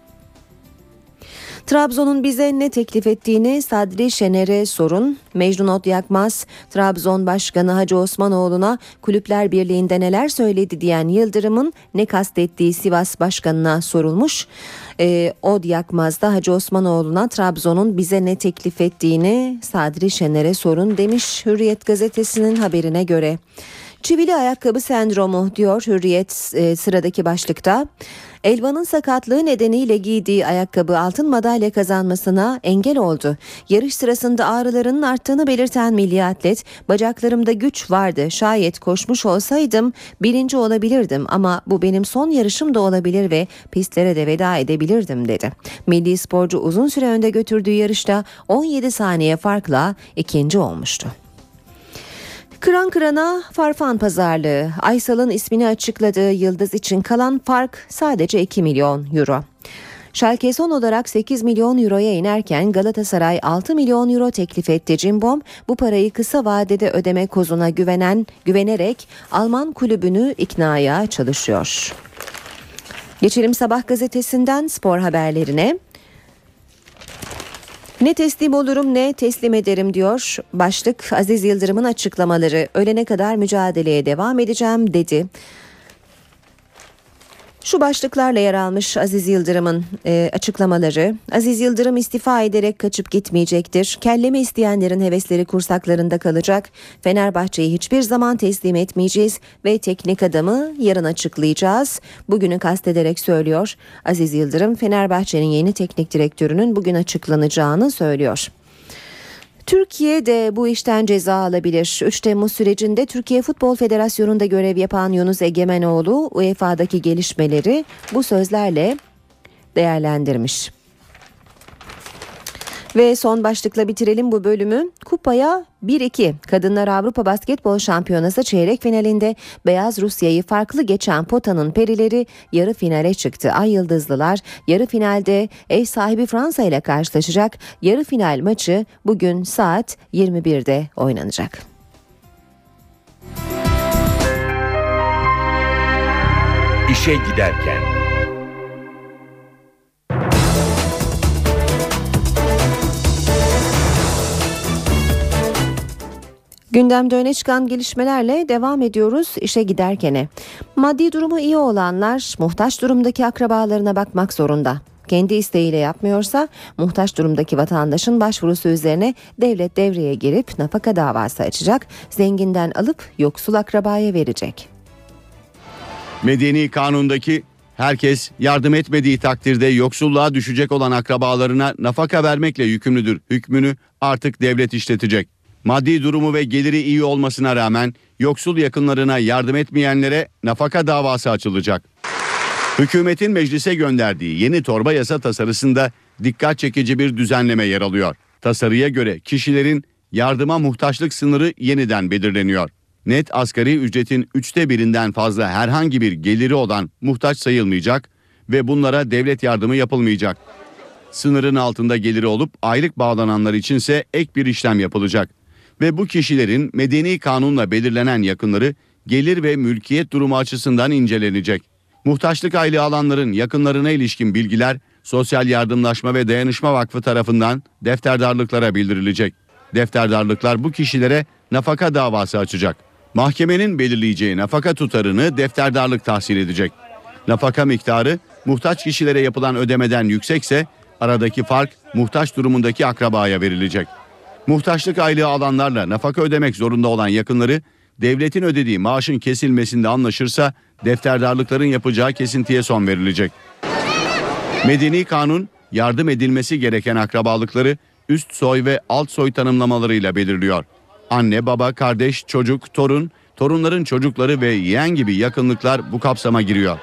Trabzon'un bize ne teklif ettiğini Sadri Şener'e sorun. Mecnun Ot Yakmaz, Trabzon Başkanı Hacı Osmanoğlu'na Kulüpler Birliği'nde neler söyledi diyen Yıldırım'ın ne kastettiği Sivas Başkanı'na sorulmuş. Ee, Od Yakmaz da Hacı Osmanoğlu'na Trabzon'un bize ne teklif ettiğini Sadri Şener'e sorun demiş Hürriyet gazetesinin haberine göre. Çivili ayakkabı sendromu diyor Hürriyet e, sıradaki başlıkta. Elvan'ın sakatlığı nedeniyle giydiği ayakkabı altın madalya kazanmasına engel oldu. Yarış sırasında ağrılarının arttığını belirten milli atlet, bacaklarımda güç vardı. Şayet koşmuş olsaydım birinci olabilirdim ama bu benim son yarışım da olabilir ve pistlere de veda edebilirdim dedi. Milli sporcu uzun süre önde götürdüğü yarışta on yedi saniye farkla ikinci olmuştu. Kıran kırana Farfan pazarlığı. Aysal'ın ismini açıkladığı yıldız için kalan fark sadece iki milyon euro. Schalke son olarak sekiz milyon euroya inerken Galatasaray altı milyon euro teklif etti. Cimbom bu parayı kısa vadede ödeme kozuna güvenen güvenerek Alman kulübünü iknaya çalışıyor. Geçelim Sabah gazetesinden spor haberlerine. Ne teslim olurum ne teslim ederim diyor başlık. Aziz Yıldırım'ın açıklamaları. Ölene kadar mücadeleye devam edeceğim dedi. Şu başlıklarla yer almış Aziz Yıldırım'ın e, açıklamaları. Aziz Yıldırım istifa ederek kaçıp gitmeyecektir. Kellemi isteyenlerin hevesleri kursaklarında kalacak. Fenerbahçe'yi hiçbir zaman teslim etmeyeceğiz ve teknik adamı yarın açıklayacağız. Bugünü kastederek söylüyor. Aziz Yıldırım Fenerbahçe'nin yeni teknik direktörünün bugün açıklanacağını söylüyor. Türkiye de bu işten ceza alabilir. üç Temmuz sürecinde Türkiye Futbol Federasyonu'nda görev yapan Yunus Egemenoğlu U E F A'daki gelişmeleri bu sözlerle değerlendirmiş. Ve son başlıkla bitirelim bu bölümü. Kupaya bir iki. Kadınlar Avrupa Basketbol Şampiyonası çeyrek finalinde Beyaz Rusya'yı farklı geçen potanın perileri yarı finale çıktı. Ay Yıldızlılar yarı finalde ev sahibi Fransa ile karşılaşacak. Yarı final maçı bugün saat yirmi birde oynanacak. İşe giderken. Gündemde öne çıkan gelişmelerle devam ediyoruz işe giderkene. Maddi durumu iyi olanlar muhtaç durumdaki akrabalarına bakmak zorunda. Kendi isteğiyle yapmıyorsa muhtaç durumdaki vatandaşın başvurusu üzerine devlet devreye girip nafaka davası açacak, zenginden alıp yoksul akrabaya verecek. Medeni kanundaki herkes yardım etmediği takdirde yoksulluğa düşecek olan akrabalarına nafaka vermekle yükümlüdür hükmünü artık devlet işletecek. Maddi durumu ve geliri iyi olmasına rağmen yoksul yakınlarına yardım etmeyenlere nafaka davası açılacak. Hükümetin meclise gönderdiği yeni torba yasa tasarısında dikkat çekici bir düzenleme yer alıyor. Tasarıya göre kişilerin yardıma muhtaçlık sınırı yeniden belirleniyor. Net asgari ücretin üçte birinden fazla herhangi bir geliri olan muhtaç sayılmayacak ve bunlara devlet yardımı yapılmayacak. Sınırın altında geliri olup aylık bağlananlar içinse ek bir işlem yapılacak. Ve bu kişilerin medeni kanunla belirlenen yakınları gelir ve mülkiyet durumu açısından incelenecek. Muhtaçlık aylığı alanların yakınlarına ilişkin bilgiler Sosyal Yardımlaşma ve Dayanışma Vakfı tarafından defterdarlıklara bildirilecek. Defterdarlıklar bu kişilere nafaka davası açacak. Mahkemenin belirleyeceği nafaka tutarını defterdarlık tahsil edecek. Nafaka miktarı muhtaç kişilere yapılan ödemeden yüksekse aradaki fark muhtaç durumundaki akrabaya verilecek. Muhtaçlık aylığı alanlarla nafaka ödemek zorunda olan yakınları devletin ödediği maaşın kesilmesinde anlaşırsa defterdarlıkların yapacağı kesintiye son verilecek. Medeni kanun yardım edilmesi gereken akrabalıkları üst soy ve alt soy tanımlamalarıyla belirliyor. Anne, baba, kardeş, çocuk, torun, torunların çocukları ve yeğen gibi yakınlıklar bu kapsama giriyor.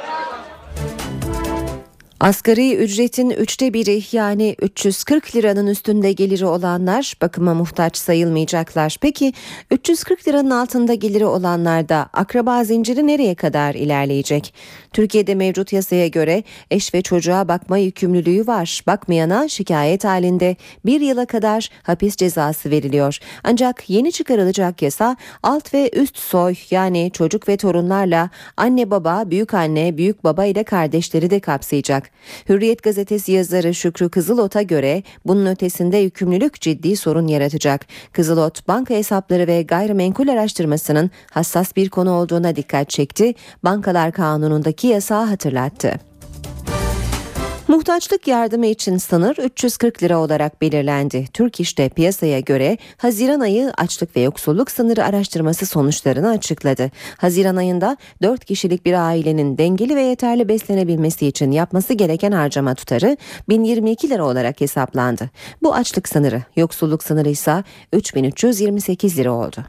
Asgari ücretin üçte biri yani üç yüz kırk liranın üstünde geliri olanlar bakıma muhtaç sayılmayacaklar. Peki üç yüz kırk liranın altında geliri olanlarda akraba zinciri nereye kadar ilerleyecek? Türkiye'de mevcut yasaya göre eş ve çocuğa bakma yükümlülüğü var. Bakmayana şikayet halinde bir yıla kadar hapis cezası veriliyor. Ancak yeni çıkarılacak yasa alt ve üst soy yani çocuk ve torunlarla anne baba, büyük anne, büyük baba ile kardeşleri de kapsayacak. Hürriyet gazetesi yazarı Şükrü Kızılot'a göre bunun ötesinde yükümlülük ciddi sorun yaratacak. Kızılot, banka hesapları ve gayrimenkul araştırmasının hassas bir konu olduğuna dikkat çekti. Bankalar Kanunu'ndaki yasağı hatırlattı. Muhtaçlık yardımı için sınır üç yüz kırk lira olarak belirlendi. Türk İş'te piyasaya göre Haziran ayı açlık ve yoksulluk sınırı araştırması sonuçlarını açıkladı. Haziran ayında dört kişilik bir ailenin dengeli ve yeterli beslenebilmesi için yapması gereken harcama tutarı bin yirmi iki lira olarak hesaplandı. Bu açlık sınırı, yoksulluk sınırı ise üç bin üç yüz yirmi sekiz lira oldu.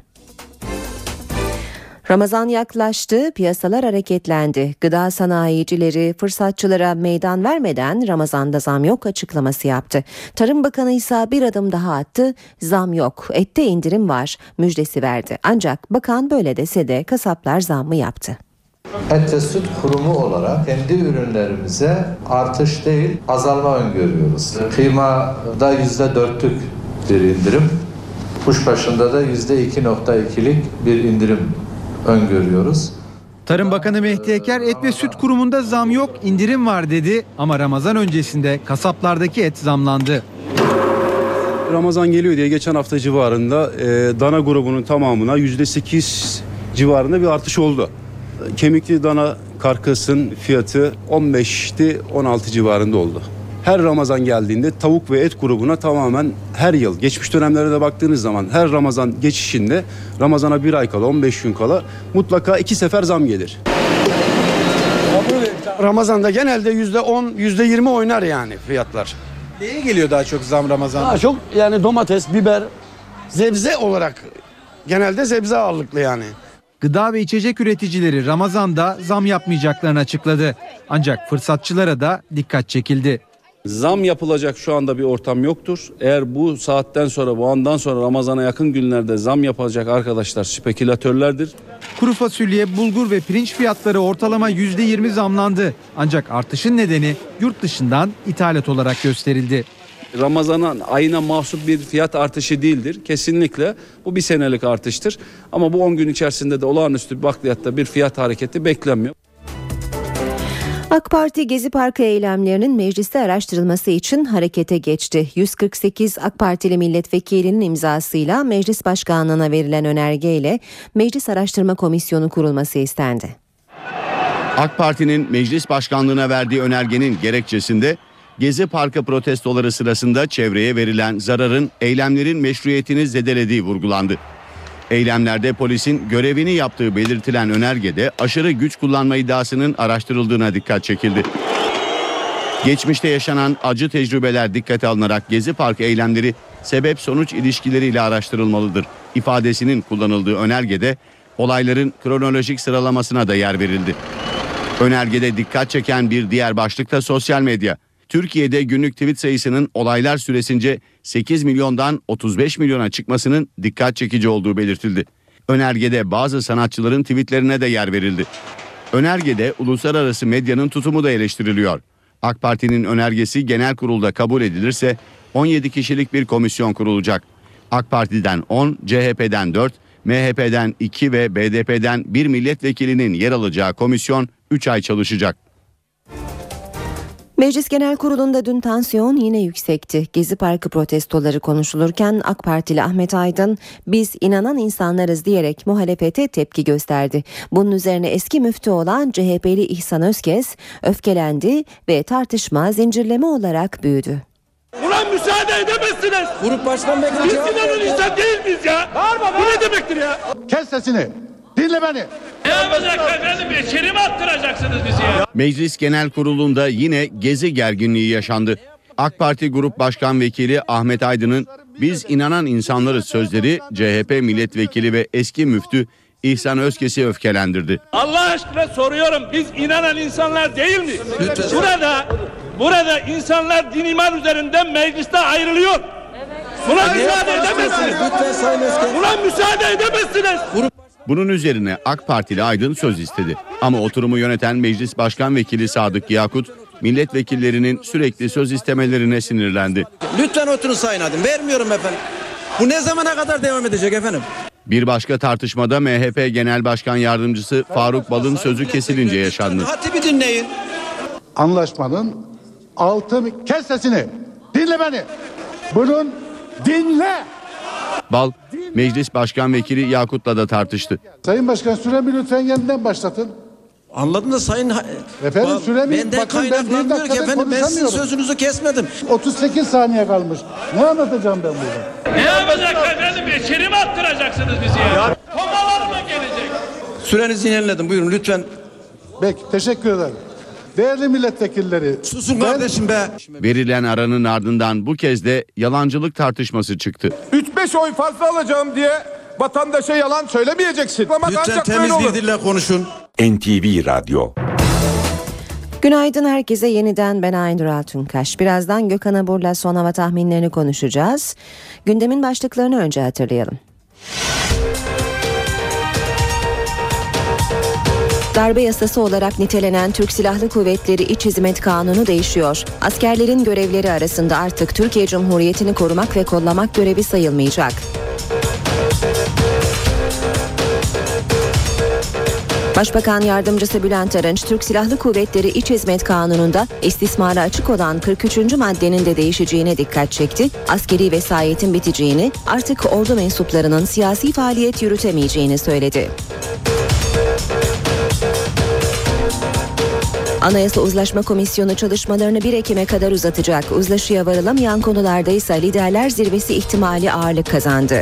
Ramazan yaklaştı, piyasalar hareketlendi. Gıda sanayicileri fırsatçılara meydan vermeden Ramazan'da zam yok açıklaması yaptı. Tarım Bakanı ise bir adım daha attı, zam yok, ette indirim var müjdesi verdi. Ancak bakan böyle dese de kasaplar zammı yaptı. Et ve Süt Kurumu olarak kendi ürünlerimize artış değil azalma öngörüyoruz. Kıymada yüzde dörtlük bir indirim, kuşbaşında da yüzde iki nokta ikilik bir indirim öngörüyoruz. Tarım Bakanı Mehdi Eker et ve süt kurumunda zam yok, indirim var dedi ama Ramazan öncesinde kasaplardaki et zamlandı. Ramazan geliyor diye geçen hafta civarında e, dana grubunun tamamına yüzde sekiz civarında bir artış oldu. Kemikli dana karkasın fiyatı on beşti on altı civarında oldu. Her Ramazan geldiğinde tavuk ve et grubuna tamamen her yıl geçmiş dönemlere de baktığınız zaman her Ramazan geçişinde Ramazan'a bir ay kala on beş gün kala mutlaka iki sefer zam gelir. Ramazan'da genelde yüzde on yüzde yirmi oynar yani fiyatlar. Neye geliyor daha çok zam Ramazan'da? Daha çok yani domates, biber, sebze olarak genelde sebze ağırlıklı yani. Gıda ve içecek üreticileri Ramazan'da zam yapmayacaklarını açıkladı. Ancak fırsatçılara da dikkat çekildi. Zam yapılacak şu anda bir ortam yoktur. Eğer bu saatten sonra, bu andan sonra Ramazan'a yakın günlerde zam yapacak arkadaşlar spekülatörlerdir. Kuru fasulye, bulgur ve pirinç fiyatları ortalama yüzde yirmi zamlandı. Ancak artışın nedeni yurt dışından ithalat olarak gösterildi. Ramazan'ın ayına mahsup bir fiyat artışı değildir. Kesinlikle bu bir senelik artıştır. Ama bu on gün içerisinde de olağanüstü bir bakliyatta bir fiyat hareketi beklenmiyor. AK Parti Gezi Parkı eylemlerinin mecliste araştırılması için harekete geçti. yüz kırk sekiz AK Partili milletvekilinin imzasıyla meclis başkanlığına verilen önergeyle Meclis Araştırma Komisyonu kurulması istendi. AK Parti'nin meclis başkanlığına verdiği önergenin gerekçesinde Gezi Parkı protestoları sırasında çevreye verilen zararın eylemlerin meşruiyetini zedelediği vurgulandı. Eylemlerde polisin görevini yaptığı belirtilen önergede aşırı güç kullanma iddiasının araştırıldığına dikkat çekildi. Geçmişte yaşanan acı tecrübeler dikkate alınarak Gezi Parkı eylemleri sebep-sonuç ilişkileriyle araştırılmalıdır ifadesinin kullanıldığı önergede olayların kronolojik sıralamasına da yer verildi. Önergede dikkat çeken bir diğer başlık da sosyal medya. Türkiye'de günlük tweet sayısının olaylar süresince sekiz milyondan otuz beş milyona çıkmasının dikkat çekici olduğu belirtildi. Önergede bazı sanatçıların tweetlerine de yer verildi. Önergede uluslararası medyanın tutumu da eleştiriliyor. AK Parti'nin önergesi genel kurulda kabul edilirse on yedi kişilik bir komisyon kurulacak. AK Parti'den on, C H P'den dört, M H P'den iki ve B D P'den bir milletvekilinin yer alacağı komisyon üç ay çalışacak. Meclis Genel Kurulu'nda dün tansiyon yine yüksekti. Gezi Parkı protestoları konuşulurken AK Partili Ahmet Aydın biz inanan insanlarız diyerek muhalefete tepki gösterdi. Bunun üzerine eski müftü olan C H P'li İhsan Özkes öfkelendi ve tartışma zincirleme olarak büyüdü. Ulan müsaade edemezsiniz. Grup başkan bekliyor. Biz inanan insan değil miyiz ya? Bağırma be. Bu ne demektir ya? Kes sesini. Dinle beni. Ne yapacak efendim? İçeri mi attıracaksınız bizi ya? Meclis Genel Kurulu'nda yine gezi gerginliği yaşandı. AK Parti Grup Başkan Vekili Ahmet Aydın'ın biz inanan insanlarız sözleri C H P milletvekili ve eski müftü İhsan Özkes'i öfkelendirdi. Allah aşkına soruyorum, biz inanan insanlar değil mi? Lütfen. Burada burada insanlar din iman üzerinden mecliste ayrılıyor. Buna evet. müsaade edemezsiniz. Buna müsaade edemezsiniz. Bunun üzerine AK Partili Aydın söz istedi. Ama oturumu yöneten Meclis Başkan Vekili Sadık Yakut, milletvekillerinin sürekli söz istemelerine sinirlendi. Lütfen oturun Sayın Aydın. Vermiyorum efendim. Bu ne zamana kadar devam edecek efendim? Bir başka tartışmada M H P Genel Başkan Yardımcısı Faruk Bal'ın sözü kesilince yaşandı. Hatibi dinleyin. Anlaşmanın altı... Kes sesini. Dinle beni. Bunun dinle. Bal, Meclis Başkan Vekili Yakut'la da tartıştı. Sayın Başkan süremi lütfen yeniden başlatın. Anladım da Sayın... Efendim süremi... Benden kaynaklanmıyor ki efendim, ben sizin sözünüzü kesmedim. otuz sekiz saniye kalmış. Ne anlatacağım ben burada? Ne yapacak efendim? İçeri mi attıracaksınız bizi ya? Tomalar mı gelecek? Sürenizi yeniledim, buyurun lütfen. Peki, teşekkür ederim. Değerli milletvekilleri... Susun kardeşim be! Verilen aranın ardından bu kez de yalancılık tartışması çıktı. üç beş oy fazla alacağım diye vatandaşa yalan söylemeyeceksin. Lütfen temiz bir dille konuşun. N T V Radyo. Günaydın herkese, yeniden ben Aynur Altunkaş. Birazdan Gökhan Abur'la son hava tahminlerini konuşacağız. Gündemin başlıklarını önce hatırlayalım. Darbe yasası olarak nitelenen Türk Silahlı Kuvvetleri İç Hizmet Kanunu değişiyor. Askerlerin görevleri arasında artık Türkiye Cumhuriyeti'ni korumak ve kollamak görevi sayılmayacak. Başbakan Yardımcısı Bülent Arınç, Türk Silahlı Kuvvetleri İç Hizmet Kanunu'nda istismara açık olan kırk üçüncü maddenin de değişeceğine dikkat çekti. Askeri vesayetin biteceğini, artık ordu mensuplarının siyasi faaliyet yürütemeyeceğini söyledi. Anayasa Uzlaşma Komisyonu çalışmalarını bir Ekim'e kadar uzatacak. Uzlaşıya varılamayan konularda ise liderler zirvesi ihtimali ağırlık kazandı.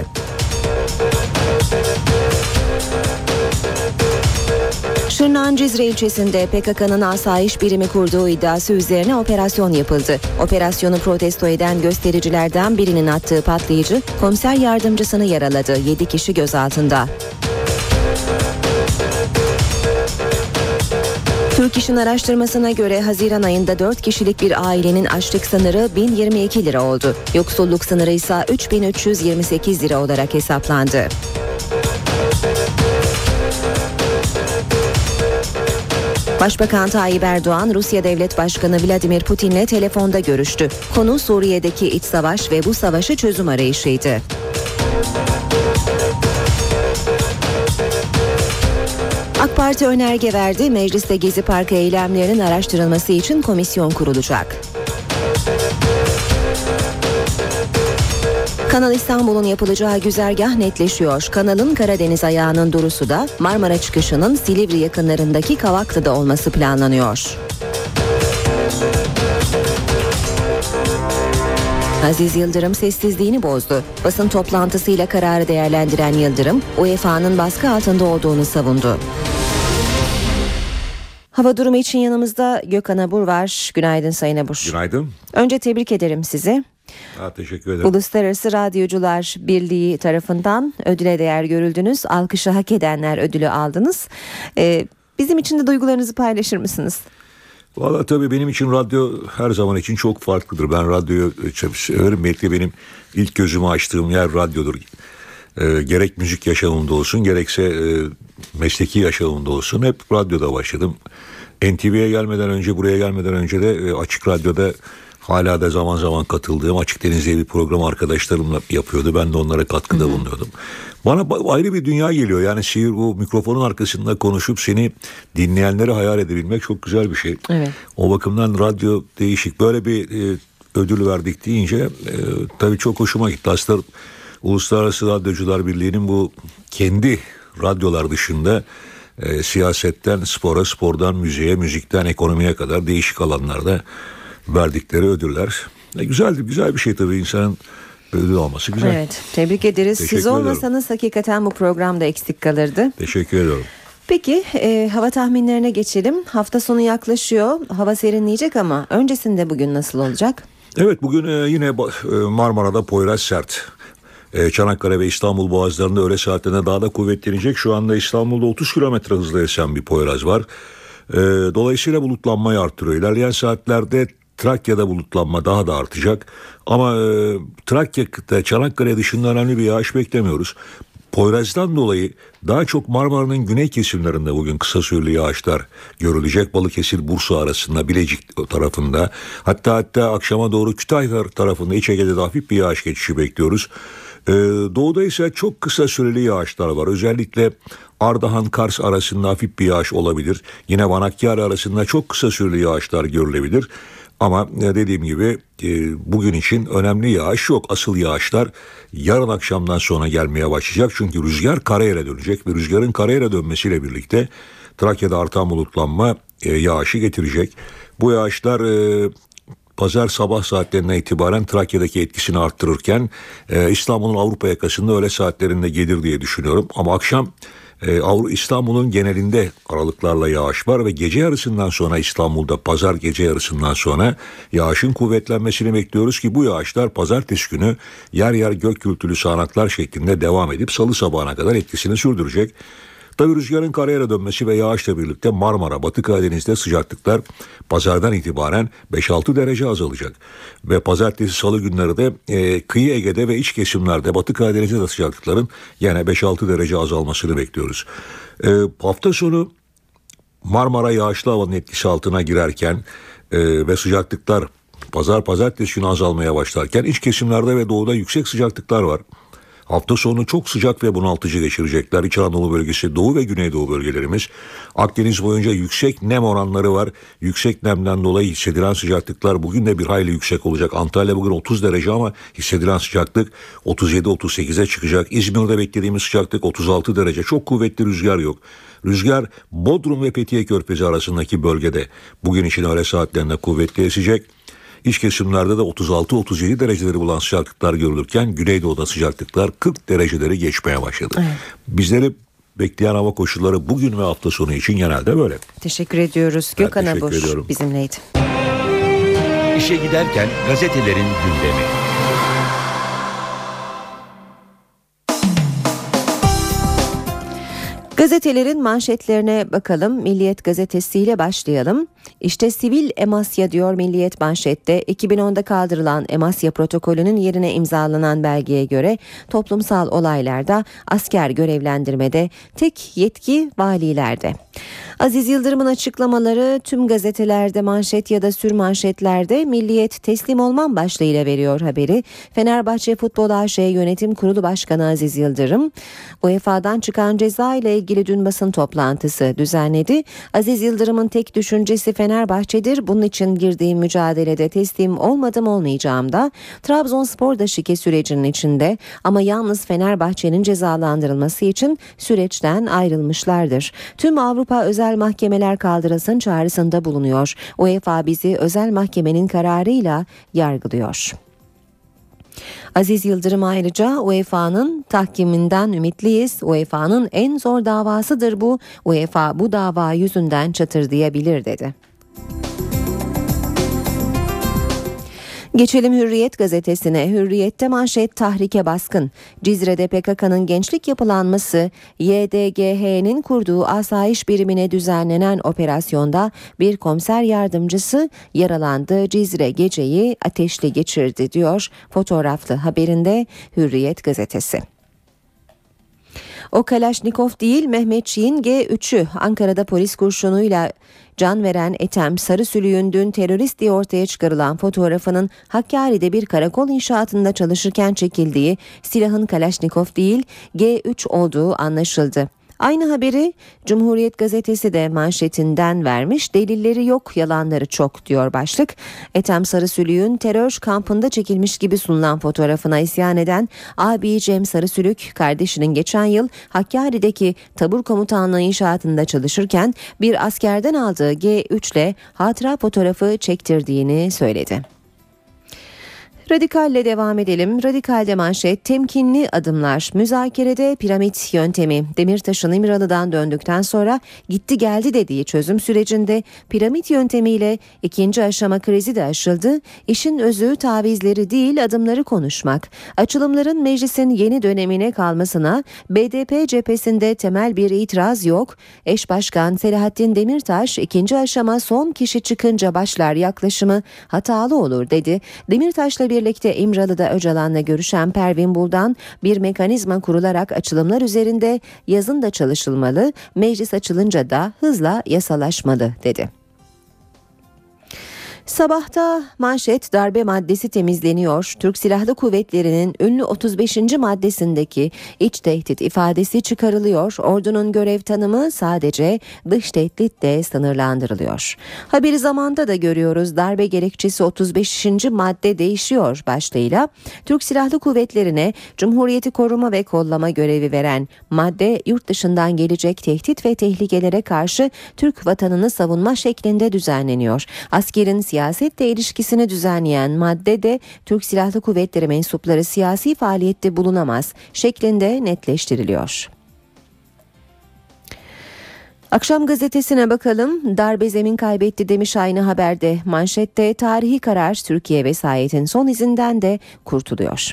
Şırnak'ın Cizre ilçesinde P K K'nın asayiş birimi kurduğu iddiası üzerine operasyon yapıldı. Operasyonu protesto eden göstericilerden birinin attığı patlayıcı komiser yardımcısını yaraladı. yedi kişi gözaltında. Türk İş'in araştırmasına göre Haziran ayında dört kişilik bir ailenin açlık sınırı bin yirmi iki lira oldu. Yoksulluk sınırı ise üç bin üç yüz yirmi sekiz lira olarak hesaplandı. Başbakan Tayyip Erdoğan, Rusya Devlet Başkanı Vladimir Putin'le telefonda görüştü. Konu Suriye'deki iç savaş ve bu savaşa çözüm arayışıydı. AK Parti önerge verdi. Mecliste Gezi Parkı eylemlerinin araştırılması için komisyon kurulacak. Kanal İstanbul'un yapılacağı güzergah netleşiyor. Kanalın Karadeniz ayağının doğrusu da Marmara çıkışının Silivri yakınlarındaki Kavaklı'da olması planlanıyor. Aziz Yıldırım sessizliğini bozdu. Basın toplantısıyla kararı değerlendiren Yıldırım, U E F A'nın baskı altında olduğunu savundu. Hava durumu için yanımızda Gökhan Abur var. Günaydın Sayın Abur. Günaydın. Önce tebrik ederim sizi. Ha, teşekkür ederim. Uluslararası Radyocular Birliği tarafından ödüle değer görüldünüz. Alkışı hak edenler ödülü aldınız. Ee, bizim için de duygularınızı paylaşır mısınız? Valla tabii benim için radyo her zaman için çok farklıdır. Ben radyoyu çok severim. Belki de benim ilk gözümü açtığım yer radyodur. Ee, gerek müzik yaşamımda olsun gerekse e, mesleki yaşamımda olsun hep radyoda başladım. N T V'ye gelmeden önce, buraya gelmeden önce de Açık Radyo'da hala da zaman zaman katıldığım Açık Deniz diye bir program arkadaşlarımla yapıyordu. Ben de onlara katkıda Hı-hı. bulunuyordum. Bana ayrı bir dünya geliyor. Yani şiir, bu mikrofonun arkasında konuşup seni dinleyenleri hayal edebilmek çok güzel bir şey. Evet. O bakımdan radyo değişik. Böyle bir e, ödül verdik deyince e, tabii çok hoşuma gitti. Aslında Uluslararası Radyocular Birliği'nin bu kendi radyolar dışında e, siyasetten spora, spordan müziğe, müzikten ekonomiye kadar değişik alanlarda verdikleri ödüller. E, güzeldi, güzel bir şey tabii, insanın ödül alması güzel. Evet, tebrik ederiz. Teşekkür Siz olmasanız ederim. Hakikaten bu programda eksik kalırdı. Teşekkür ediyorum. Peki e, hava tahminlerine geçelim. Hafta sonu yaklaşıyor. Hava serinleyecek ama öncesinde bugün nasıl olacak? Evet, bugün e, yine e, Marmara'da Poyraz sert. E, Çanakkale ve İstanbul boğazlarında öğle saatlerinde daha da kuvvetlenecek. Şu anda İstanbul'da otuz kilometre hızla esen bir Poyraz var. E, dolayısıyla bulutlanmayı artırıyor. İlerleyen saatlerde Trakya'da bulutlanma daha da artacak. Ama e, Trakya'da, Çanakkale dışında önemli bir yağış beklemiyoruz. Poyraz'dan dolayı daha çok Marmara'nın güney kesimlerinde bugün kısa süreli yağışlar görülecek. Balıkesir, Bursa arasında, Bilecik tarafında, hatta hatta akşama doğru Kütahya tarafında, İç Ege'de de hafif bir yağış geçişi bekliyoruz. Ee, doğuda ise çok kısa süreli yağışlar var. Özellikle Ardahan-Kars arasında hafif bir yağış olabilir. Yine Van-Hakkari arasında çok kısa süreli yağışlar görülebilir. Ama dediğim gibi bugün için önemli yağış yok. Asıl yağışlar yarın akşamdan sonra gelmeye başlayacak. Çünkü rüzgar karayele dönecek ve rüzgarın karayele dönmesiyle birlikte Trakya'da artan bulutlanma yağışı getirecek. Bu yağışlar pazar sabah saatlerinden itibaren Trakya'daki etkisini arttırırken İstanbul'un Avrupa yakasında öğle saatlerinde gelir diye düşünüyorum. Ama akşam İstanbul'un genelinde aralıklarla yağış var ve gece yarısından sonra İstanbul'da pazar gece yarısından sonra yağışın kuvvetlenmesini bekliyoruz ki bu yağışlar pazartesi günü yer yer gök gürültülü sağanaklar şeklinde devam edip salı sabahına kadar etkisini sürdürecek. Tabii rüzgarın karayele dönmesi ve yağışla birlikte Marmara, Batı Karadeniz'de sıcaklıklar pazardan itibaren beş altı derece azalacak. Ve pazartesi salı günleri de e, kıyı Ege'de ve iç kesimlerde Batı Karadeniz'de de sıcaklıkların yine beş altı derece azalmasını bekliyoruz. E, hafta sonu Marmara yağışlı havanın etkisi altına girerken e, ve sıcaklıklar pazar pazartesi günü azalmaya başlarken iç kesimlerde ve doğuda yüksek sıcaklıklar var. Hafta sonu çok sıcak ve bunaltıcı geçirecekler. İç Anadolu bölgesi, Doğu ve Güneydoğu bölgelerimiz. Akdeniz boyunca yüksek nem oranları var. Yüksek nemden dolayı hissedilen sıcaklıklar bugün de bir hayli yüksek olacak. Antalya bugün otuz derece ama hissedilen sıcaklık otuz yedi otuz sekize çıkacak. İzmir'de beklediğimiz sıcaklık otuz altı derece. Çok kuvvetli rüzgar yok. Rüzgar Bodrum ve Fethiye Körfezi arasındaki bölgede bugün için öğle saatlerinde kuvvetli esecek. İç kesimlerde de otuz altı otuz yedi dereceleri bulan sıcaklıklar görülürken Güneydoğu'da sıcaklıklar kırk dereceleri geçmeye başladı. Evet. Bizleri bekleyen hava koşulları bugün ve hafta sonu için genelde böyle. Teşekkür ediyoruz. Gökhan Abuş bizimleydi. İşe giderken gazetelerin gündemi. Gazetelerin manşetlerine bakalım. Milliyet gazetesiyle başlayalım. İşte sivil Emasya diyor Milliyet manşette. iki bin onda kaldırılan Emasya protokolünün yerine imzalanan belgeye göre toplumsal olaylarda asker görevlendirmede tek yetki valilerde. Aziz Yıldırım'ın açıklamaları tüm gazetelerde manşet ya da sürmanşetlerde. Milliyet teslim olmam başlığıyla veriyor haberi. Fenerbahçe Futbol A Ş Yönetim Kurulu Başkanı Aziz Yıldırım U E F A'dan çıkan ceza ile ilgili dün basın toplantısı düzenledi. Aziz Yıldırım'ın tek düşüncesi Fenerbahçe'dir. Bunun için girdiğim mücadelede teslim olmadım olmayacağım da. Trabzonspor da şike sürecinin içinde ama yalnız Fenerbahçe'nin cezalandırılması için süreçten ayrılmışlardır. Tüm Avrupa özel mahkemeler kaldırılsın çağrısında bulunuyor. U E F A bizi özel mahkemenin kararıyla yargılıyor. Aziz Yıldırım ayrıca U E F A'nın tahkiminden ümitliyiz. U E F A'nın en zor davasıdır bu. U E F A bu dava yüzünden çatırdayabilir dedi. Geçelim Hürriyet gazetesine. Hürriyet'te manşet tahrike baskın. Cizre'de P K K'nın gençlik yapılanması Y D G H'nin kurduğu asayiş birimine düzenlenen operasyonda bir komiser yardımcısı yaralandı. Cizre geceyi ateşli geçirdi diyor fotoğraflı haberinde Hürriyet gazetesi. O Kalaşnikov değil Mehmetçiğin G üçü. Ankara'da polis kurşunuyla can veren Ethem Sarısülüğün dün terörist diye ortaya çıkarılan fotoğrafının Hakkari'de bir karakol inşaatında çalışırken çekildiği silahın Kalaşnikov değil G üç olduğu anlaşıldı. Aynı haberi Cumhuriyet gazetesi de manşetinden vermiş. Delilleri yok, yalanları çok diyor başlık. Ethem Sarısülük'ün terör kampında çekilmiş gibi sunulan fotoğrafına isyan eden abi Cem Sarısülük, kardeşinin geçen yıl Hakkari'deki tabur komutanlığı inşaatında çalışırken bir askerden aldığı G üç ile hatıra fotoğrafı çektirdiğini söyledi. Radikal'le devam edelim. Radikal'de manşet temkinli adımlar. Müzakerede piramit yöntemi. Demirtaş'ın İmralı'dan döndükten sonra gitti geldi dediği çözüm sürecinde piramit yöntemiyle ikinci aşama krizi de aşıldı. İşin özü tavizleri değil adımları konuşmak. Açılımların meclisin yeni dönemine kalmasına B D P cephesinde temel bir itiraz yok. Eş Başkan Selahattin Demirtaş ikinci aşama son kişi çıkınca başlar yaklaşımı hatalı olur dedi. Demirtaş'la bir birlikte İmralı'da Öcalan'la görüşen Pervin Buldan bir mekanizma kurularak açılımlar üzerinde yazın da çalışılmalı, meclis açılınca da hızla yasalaşmalı dedi. Sabahta manşet darbe maddesi temizleniyor. Türk Silahlı Kuvvetleri'nin ünlü otuz beşinci maddesindeki iç tehdit ifadesi çıkarılıyor. Ordunun görev tanımı sadece dış tehditle sınırlandırılıyor. Haberi zamanda da görüyoruz. Darbe gerekçesi otuz beşinci madde değişiyor başlığıyla. Türk Silahlı Kuvvetleri'ne Cumhuriyeti koruma ve kollama görevi veren madde yurt dışından gelecek tehdit ve tehlikelere karşı Türk vatanını savunma şeklinde düzenleniyor. Askerin siyasetle ilişkisini düzenleyen madde de Türk Silahlı Kuvvetleri mensupları siyasi faaliyette bulunamaz şeklinde netleştiriliyor. Akşam gazetesine bakalım. Darbe zemin kaybetti demiş aynı haberde. Manşette tarihi karar Türkiye vesayetin son izinden de kurtuluyor.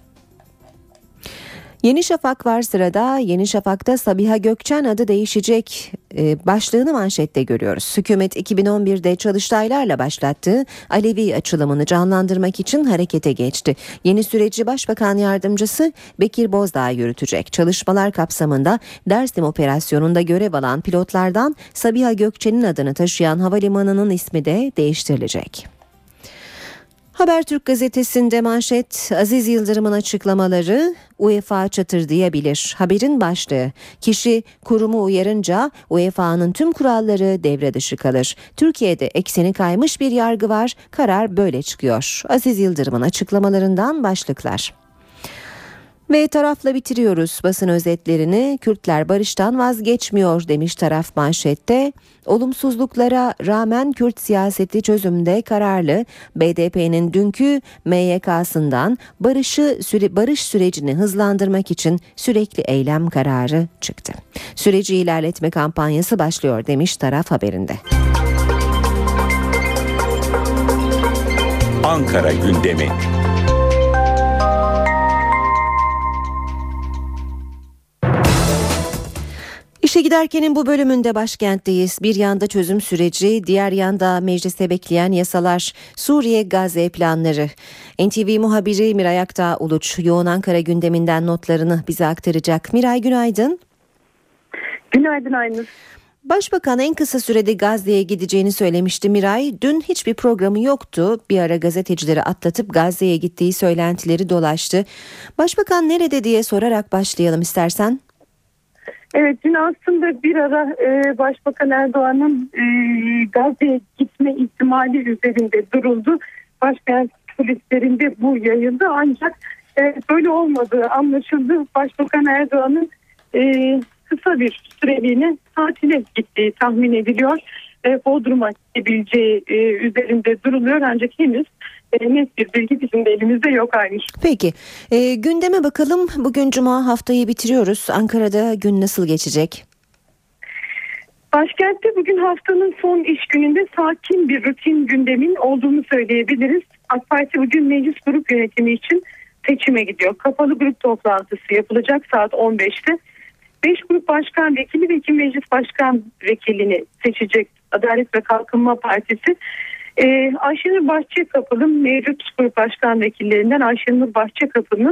Yeni Şafak var sırada. Yeni Şafak'ta Sabiha Gökçen adı değişecek e, başlığını manşette görüyoruz. Hükümet iki bin on birde Çalıştaylarla başlattığı Alevi açılımını canlandırmak için harekete geçti. Yeni süreci Başbakan Yardımcısı Bekir Bozdağ yürütecek. Çalışmalar kapsamında Dersim operasyonunda görev alan pilotlardan Sabiha Gökçen'in adını taşıyan havalimanının ismi de değiştirilecek. Habertürk gazetesinde manşet Aziz Yıldırım'ın açıklamaları UEFA çatırdayabilir. Haberin başlığı kişi kurumu uyarınca UEFA'nın tüm kuralları devre dışı kalır. Türkiye'de ekseni kaymış bir yargı var. Karar böyle çıkıyor. Aziz Yıldırım'ın açıklamalarından başlıklar. Ve tarafla bitiriyoruz basın özetlerini. Kürtler barıştan vazgeçmiyor demiş taraf manşette. Olumsuzluklara rağmen Kürt siyaseti çözümde kararlı. B D P'nin dünkü M Y K'sından barışı süre, barış sürecini hızlandırmak için sürekli eylem kararı çıktı. Süreci ilerletme kampanyası başlıyor demiş taraf haberinde. Ankara gündemi. İşe giderkenin bu bölümünde başkentteyiz. Bir yanda çözüm süreci, diğer yanda mecliste bekleyen yasalar, Suriye Gazze planları. N T V muhabiri Miray Aktağ Uluç yoğun Ankara gündeminden notlarını bize aktaracak. Miray günaydın. Günaydın Aynur. Başbakan en kısa sürede Gazze'ye gideceğini söylemişti Miray. Dün hiçbir programı yoktu. Bir ara gazetecileri atlatıp Gazze'ye gittiği söylentileri dolaştı. Başbakan nerede diye sorarak başlayalım istersen. Evet, dün aslında bir ara e, Başbakan Erdoğan'ın e, Gazze'ye gitme ihtimali üzerinde duruldu. Başkent kulislerinde bu yayıldı ancak e, böyle olmadığı anlaşıldı. Başbakan Erdoğan'ın e, kısa bir süreliğine tatile gittiği tahmin ediliyor. E, Bodrum'a gidebileceği e, üzerinde duruluyor ancak henüz e, net bir bilgi bizim de elimizde yok aynı. Peki e, gündeme bakalım. Bugün Cuma, haftayı bitiriyoruz. Ankara'da gün nasıl geçecek? Başkentte bugün haftanın son iş gününde sakin bir rutin gündemin olduğunu söyleyebiliriz. AK Parti bugün meclis grup yönetimi için seçime gidiyor. Kapalı grup toplantısı yapılacak saat on beşte. beş grup başkan vekili ve iki meclis başkan vekilini seçecek Adalet ve Kalkınma Partisi. Ee, Ayşenur Bahçekapı'nın mevcut grup başkan vekillerinden Ayşenur Bahçekapı'nın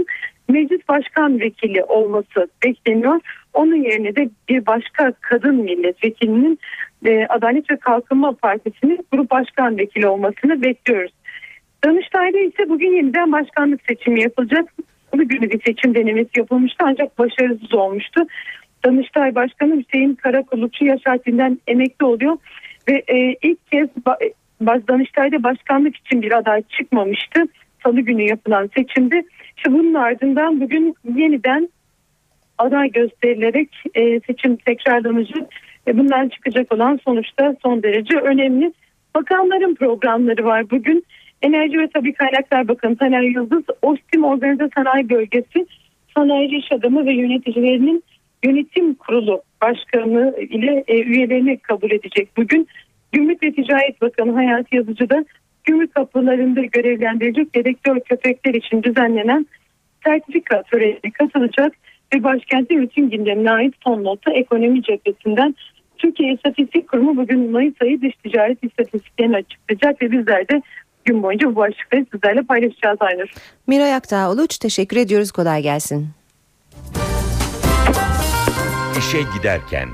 meclis başkan vekili olması bekleniyor. Onun yerine de bir başka kadın milletvekilinin e, Adalet ve Kalkınma Partisi'nin grup başkan vekili olmasını bekliyoruz. Danıştay'da ise bugün yeniden başkanlık seçimi yapılacak. Bugün bir seçim denemesi yapılmıştı ancak başarısız olmuştu. Danıştay Başkanı Hüseyin Karakullukçu yaş haddinden emekli oluyor ve e, ilk kez ba- Danıştay'da başkanlık için bir aday çıkmamıştı. Salı günü yapılan seçimde. İşte bunun ardından bugün yeniden aday gösterilerek e, seçim tekrarlanacak ve bundan çıkacak olan sonuçta son derece önemli. Bakanların programları var bugün. Enerji ve Tabii Kaynaklar Bakanı Taner Yıldız, OSTİM Organize Sanayi Bölgesi Sanayici İş Adamı ve yöneticilerinin yönetim kurulu başkanı ile e, üyelerini kabul edecek bugün. Gümrük ve Ticaret Bakanı Hayati Yazıcı da gümrük kapılarında görevlendirecek dedektör köpekler için düzenlenen sertifika törenine katılacak ve başkentin bütün gündemine ait son nota ekonomi cephesinden. Türkiye İstatistik Kurumu bugün Mayıs ayı dış ticaret istatistiklerini açıklayacak ve bizler de gün boyunca bu başlıkları sizlerle paylaşacağız Aynur. Miray Aktağ-Uluç, teşekkür ediyoruz. Kolay gelsin. İşe giderken.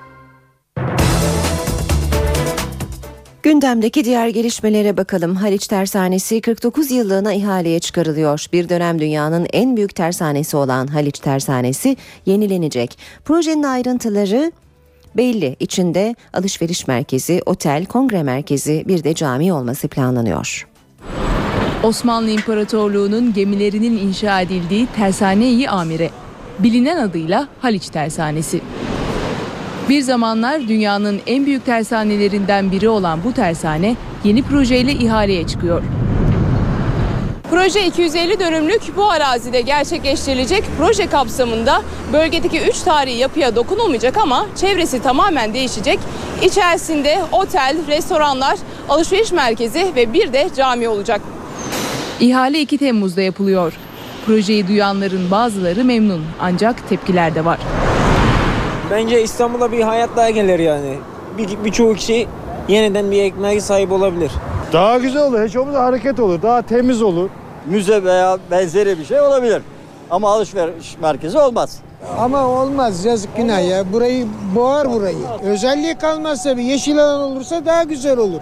Gündemdeki diğer gelişmelere bakalım. Haliç Tersanesi kırk dokuz yıllığına ihaleye çıkarılıyor. Bir dönem dünyanın en büyük tersanesi olan Haliç Tersanesi yenilenecek. Projenin ayrıntıları belli. İçinde alışveriş merkezi, otel, kongre merkezi, bir de cami olması planlanıyor. Osmanlı İmparatorluğu'nun gemilerinin inşa edildiği Tersane-i Amire, bilinen adıyla Haliç Tersanesi. Bir zamanlar dünyanın en büyük tersanelerinden biri olan bu tersane yeni projeyle ihaleye çıkıyor. Proje iki yüz elli dönümlük bu arazide gerçekleştirilecek. Proje kapsamında bölgedeki üç tarihi yapıya dokunulmayacak ama çevresi tamamen değişecek. İçerisinde otel, restoranlar, alışveriş merkezi ve bir de cami olacak. İhale iki Temmuz'da yapılıyor. Projeyi duyanların bazıları memnun ancak tepkiler de var. Bence İstanbul'a bir hayat daha gelir yani. Bir, birçoğu kişi yeniden bir ekmeğe sahip olabilir. Daha güzel olur, hiç olmazsa hareket olur, daha temiz olur. Müze veya benzeri bir şey olabilir. Ama alışveriş merkezi olmaz. Ama olmaz, yazık günah ya. Burayı boğar burayı. Özelliği kalmazsa bir yeşil alan olursa daha güzel olur.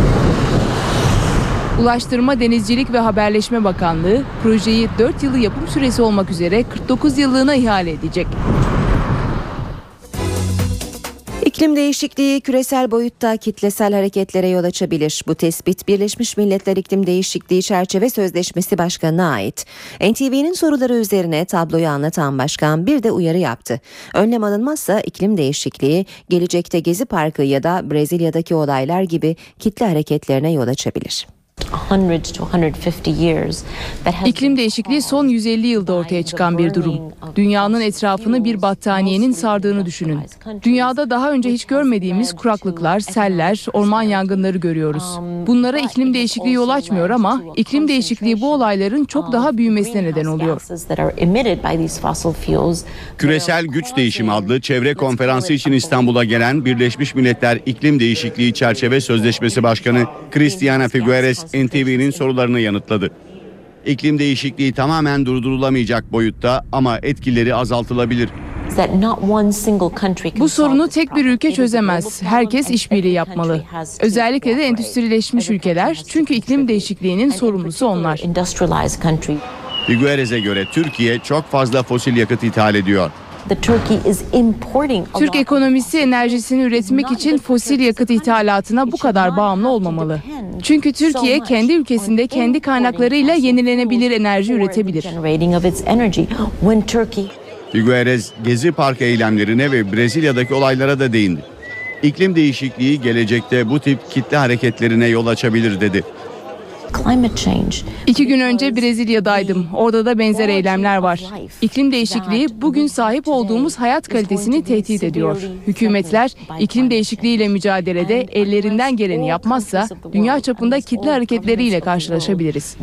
Ulaştırma, Denizcilik ve Haberleşme Bakanlığı projeyi dört yılı yapım süresi olmak üzere kırk dokuz yıllığına ihale edecek. İklim değişikliği küresel boyutta kitlesel hareketlere yol açabilir. Bu tespit Birleşmiş Milletler İklim Değişikliği Çerçeve Sözleşmesi Başkanı'na ait. N T V'nin soruları üzerine tabloyu anlatan başkan bir de uyarı yaptı. Önlem alınmazsa iklim değişikliği gelecekte Gezi Parkı ya da Brezilya'daki olaylar gibi kitle hareketlerine yol açabilir. İklim değişikliği son yüz elli yılda ortaya çıkan bir durum. Dünyanın etrafını bir battaniyenin sardığını düşünün. Dünyada daha önce hiç görmediğimiz kuraklıklar, seller, orman yangınları görüyoruz. Bunlara iklim değişikliği yol açmıyor ama iklim değişikliği bu olayların çok daha büyümesine neden oluyor. Küresel Güç Değişimi adlı çevre konferansı için İstanbul'a gelen Birleşmiş Milletler İklim Değişikliği Çerçeve Sözleşmesi Başkanı Christiana Figueres N T V'nin sorularını yanıtladı. İklim değişikliği tamamen durdurulamayacak boyutta ama etkileri azaltılabilir. Bu sorunu tek bir ülke çözemez. Herkes işbirliği yapmalı. Özellikle de endüstrileşmiş ülkeler, çünkü iklim değişikliğinin sorumlusu onlar. Figueres'e göre Türkiye çok fazla fosil yakıt ithal ediyor. Türk ekonomisi enerjisini üretmek için fosil yakıt ithalatına bu kadar bağımlı olmamalı. Çünkü Türkiye kendi ülkesinde kendi kaynaklarıyla yenilenebilir enerji üretebilir. Figueres, Gezi Parkı eylemlerine ve Brezilya'daki olaylara da değindi. İklim değişikliği gelecekte bu tip kitle hareketlerine yol açabilir dedi. İki gün önce Brezilya'daydım. Orada da benzer eylemler var. İklim değişikliği bugün sahip olduğumuz hayat kalitesini tehdit ediyor. Hükümetler iklim değişikliğiyle mücadelede ellerinden geleni yapmazsa dünya çapında kitle hareketleriyle karşılaşabiliriz.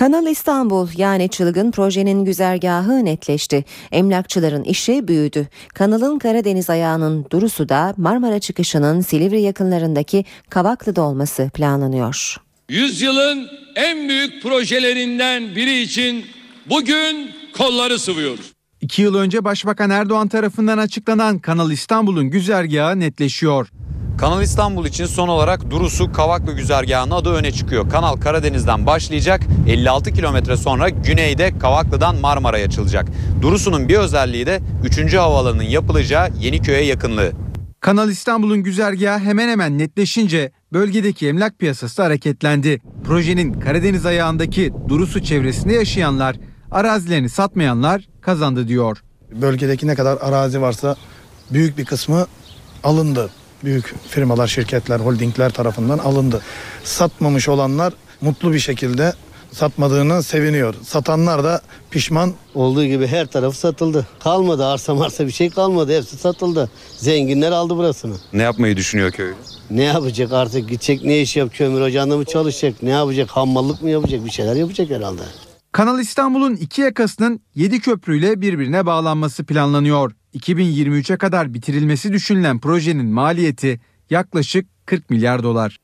Kanal İstanbul yani çılgın projenin güzergahı netleşti. Emlakçıların işi büyüdü. Kanalın Karadeniz ayağının Durusu da Marmara çıkışının Silivri yakınlarındaki Kavaklı'da olması planlanıyor. Yüzyılın en büyük projelerinden biri için bugün kolları sıvıyoruz. İki yıl önce Başbakan Erdoğan tarafından açıklanan Kanal İstanbul'un güzergahı netleşiyor. Kanal İstanbul için son olarak Durusu Kavaklı güzergahının adı öne çıkıyor. Kanal Karadeniz'den başlayacak, elli altı kilometre sonra güneyde Kavaklı'dan Marmara'ya açılacak. Durusu'nun bir özelliği de üçüncü havaalanının yapılacağı Yeniköy'e yakınlığı. Kanal İstanbul'un güzergahı hemen hemen netleşince bölgedeki emlak piyasası hareketlendi. Projenin Karadeniz ayağındaki Durusu çevresinde yaşayanlar, arazilerini satmayanlar kazandı diyor. Bölgedeki ne kadar arazi varsa büyük bir kısmı alındı. Büyük firmalar, şirketler, holdingler tarafından alındı. Satmamış olanlar mutlu bir şekilde satmadığını seviniyor. Satanlar da pişman. Olduğu gibi her tarafı satıldı. Kalmadı arsa marsa bir şey kalmadı. Hepsi satıldı. Zenginler aldı burasını. Ne yapmayı düşünüyor köy? Ne yapacak artık? Gidecek ne iş yap? Kömür ocağında mı çalışacak? Ne yapacak? Hammallık mı yapacak? Bir şeyler yapacak herhalde. Kanal İstanbul'un iki yakasının yedi köprüyle birbirine bağlanması planlanıyor. iki bin yirmi üçe kadar bitirilmesi düşünülen projenin maliyeti yaklaşık kırk milyar dolar.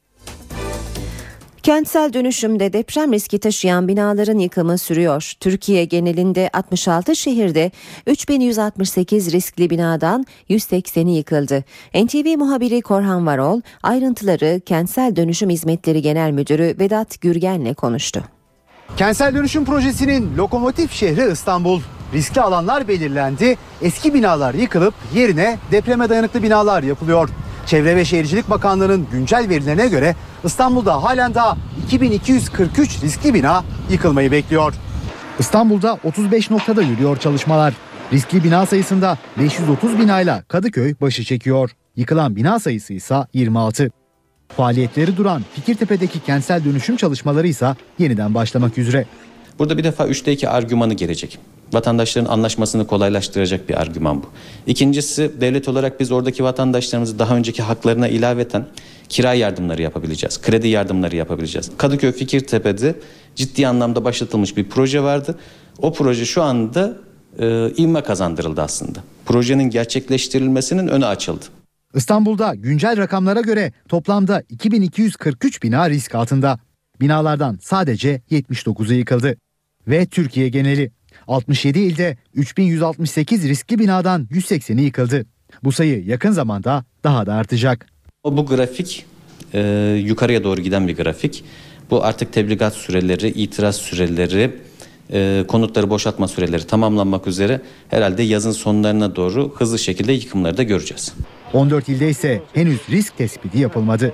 Kentsel dönüşümde deprem riski taşıyan binaların yıkımı sürüyor. Türkiye genelinde altmış altı şehirde üç bin yüz altmış sekiz riskli binadan yüz sekseni yıkıldı. N T V muhabiri Korhan Varol ayrıntıları Kentsel Dönüşüm Hizmetleri Genel Müdürü Vedat Gürgen'le konuştu. Kentsel dönüşüm projesinin lokomotif şehri İstanbul. Riskli alanlar belirlendi. Eski binalar yıkılıp yerine depreme dayanıklı binalar yapılıyor. Çevre ve Şehircilik Bakanlığı'nın güncel verilerine göre İstanbul'da halen daha iki bin iki yüz kırk üç riskli bina yıkılmayı bekliyor. İstanbul'da otuz beş noktada yürüyor çalışmalar. Riskli bina sayısında beş yüz otuz binayla Kadıköy başı çekiyor. Yıkılan bina sayısı ise yirmi altı. Faaliyetleri duran Fikirtepe'deki kentsel dönüşüm çalışmaları ise yeniden başlamak üzere. Burada bir defa üçte iki argümanı gelecek. Vatandaşların anlaşmasını kolaylaştıracak bir argüman bu. İkincisi, devlet olarak biz oradaki vatandaşlarımızı daha önceki haklarına ilaveten kira yardımları yapabileceğiz. Kredi yardımları yapabileceğiz. Kadıköy Fikirtepe'de ciddi anlamda başlatılmış bir proje vardı. O proje şu anda e, ivme kazandırıldı aslında. Projenin gerçekleştirilmesinin önü açıldı. İstanbul'da güncel rakamlara göre toplamda iki bin iki yüz kırk üç bina risk altında. Binalardan sadece yetmiş dokuzu yıkıldı. Ve Türkiye geneli altmış yedi ilde üç bin yüz altmış sekiz riskli binadan yüz sekseni yıkıldı. Bu sayı yakın zamanda daha da artacak. Bu grafik e, yukarıya doğru giden bir grafik. Bu artık tebligat süreleri, itiraz süreleri, e, konutları boşaltma süreleri tamamlanmak üzere herhalde yazın sonlarına doğru hızlı şekilde yıkımları da göreceğiz. on dört ilde ise henüz risk tespiti yapılmadı.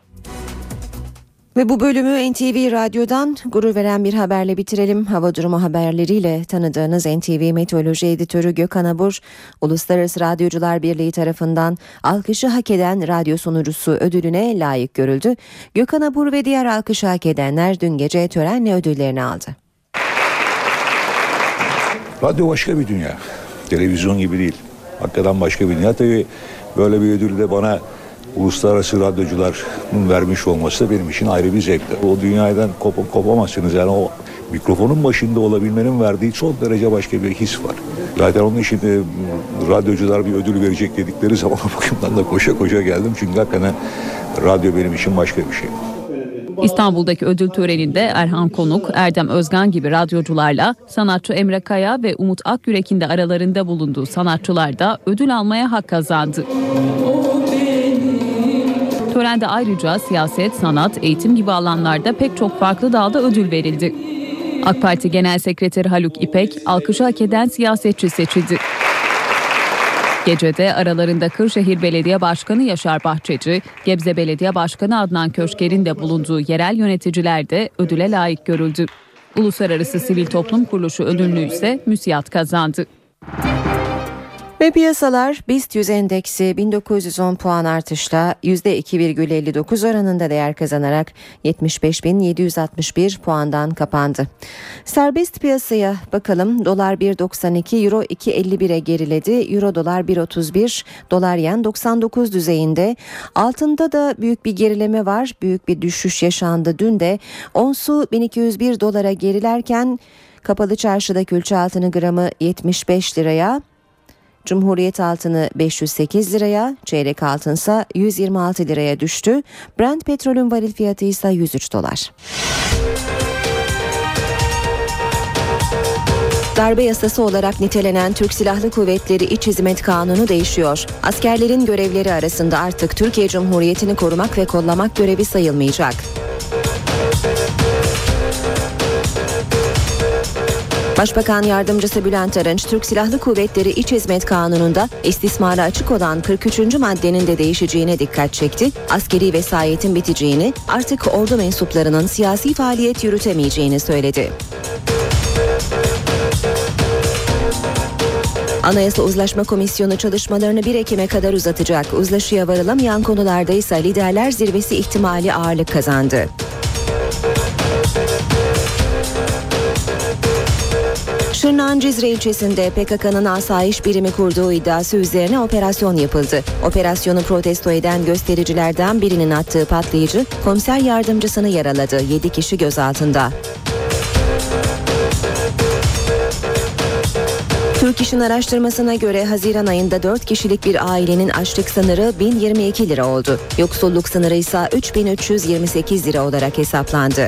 Ve bu bölümü N T V Radyo'dan gurur veren bir haberle bitirelim. Hava durumu haberleriyle tanıdığınız N T V Meteoroloji Editörü Gökhan Abur, Uluslararası Radyocular Birliği tarafından alkışı hak eden radyo sunucusu ödülüne layık görüldü. Gökhan Abur ve diğer alkışı hak edenler dün gece törenle ödüllerini aldı. Radyo başka bir dünya. Televizyon gibi değil. Hakikaten başka bir dünya. Tabii böyle bir ödülü de bana uluslararası radyocuların vermiş olması da benim için ayrı bir zevkti. O dünyadan kop kopamazsınız. Yani o mikrofonun başında olabilmenin verdiği çok derece başka bir his var. Zaten onun için de radyocular bir ödül verecek dedikleri zaman o bakımdan da koşa koşa geldim. Çünkü hakikaten radyo benim için başka bir şey. İstanbul'daki ödül töreninde Erhan Konuk, Erdem Özgan gibi radyocularla sanatçı Emre Kaya ve Umut Akyürek'in de aralarında bulunduğu sanatçılar da ödül almaya hak kazandı. Törende ayrıca siyaset, sanat, eğitim gibi alanlarda pek çok farklı dalda ödül verildi. AK Parti Genel Sekreteri Haluk İpek, alkışı hak eden siyasetçi seçildi. Gecede aralarında Kırşehir Belediye Başkanı Yaşar Bahçeci, Gebze Belediye Başkanı Adnan Köşker'in de bulunduğu yerel yöneticiler de ödüle layık görüldü. Uluslararası Sivil Toplum Kuruluşu ödülünü ise MÜSİAD kazandı. Ve piyasalar BIST yüz endeksi bin dokuz yüz on puan artışla yüzde iki virgül elli dokuz oranında değer kazanarak yetmiş beş bin yedi yüz altmış bir puandan kapandı. Serbest piyasaya bakalım. Dolar bir doksan iki, Euro iki elli bire geriledi. Euro dolar bir otuz bir, dolar yen doksan dokuz düzeyinde. Altında da büyük bir gerileme var. Büyük bir düşüş yaşandı dün de. Onsu bin iki yüz bir dolara gerilerken kapalı çarşıda külçe altını gramı yetmiş beş liraya, Cumhuriyet altını beş yüz sekiz liraya, çeyrek altınsa yüz yirmi altı liraya düştü. Brent petrolün varil fiyatı ise yüz üç dolar. Darbe yasası olarak nitelenen Türk Silahlı Kuvvetleri İç Hizmet Kanunu değişiyor. Askerlerin görevleri arasında artık Türkiye Cumhuriyeti'ni korumak ve kollamak görevi sayılmayacak. Başbakan Yardımcısı Bülent Arınç, Türk Silahlı Kuvvetleri İç Hizmet Kanunu'nda istismara açık olan kırk üçüncü maddenin de değişeceğine dikkat çekti. Askeri vesayetin biteceğini, artık ordu mensuplarının siyasi faaliyet yürütemeyeceğini söyledi. Anayasa Uzlaşma Komisyonu çalışmalarını bir Ekim'e kadar uzatacak. Uzlaşıya varılamayan konularda ise liderler zirvesi ihtimali ağırlık kazandı. Şırnak'ın Cizre ilçesinde P K K'nın asayiş birimi kurduğu iddiası üzerine operasyon yapıldı. Operasyonu protesto eden göstericilerden birinin attığı patlayıcı komiser yardımcısını yaraladı. yedi kişi gözaltında. Türk İş'in araştırmasına göre Haziran ayında dört kişilik bir ailenin açlık sınırı bin yirmi iki lira oldu. Yoksulluk sınırı ise üç bin üç yüz yirmi sekiz lira olarak hesaplandı.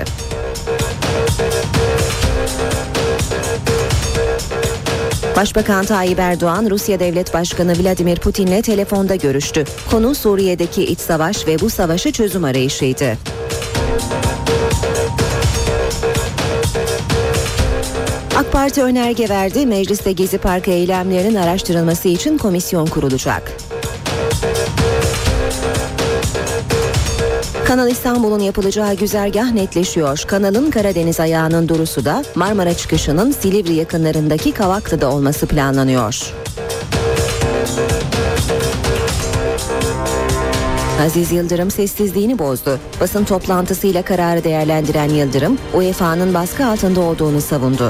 Başbakan Tayyip Erdoğan, Rusya Devlet Başkanı Vladimir Putin'le telefonda görüştü. Konu Suriye'deki iç savaş ve bu savaşı çözüm arayışıydı. AK Parti önerge verdi. Mecliste Gezi Parkı eylemlerinin araştırılması için komisyon kurulacak. Kanal İstanbul'un yapılacağı güzergah netleşiyor. Kanalın Karadeniz ayağının durusu da Marmara çıkışının Silivri yakınlarındaki Kavaklı'da olması planlanıyor. Aziz Yıldırım sessizliğini bozdu. Basın toplantısıyla kararı değerlendiren Yıldırım, U E F A'nın baskı altında olduğunu savundu.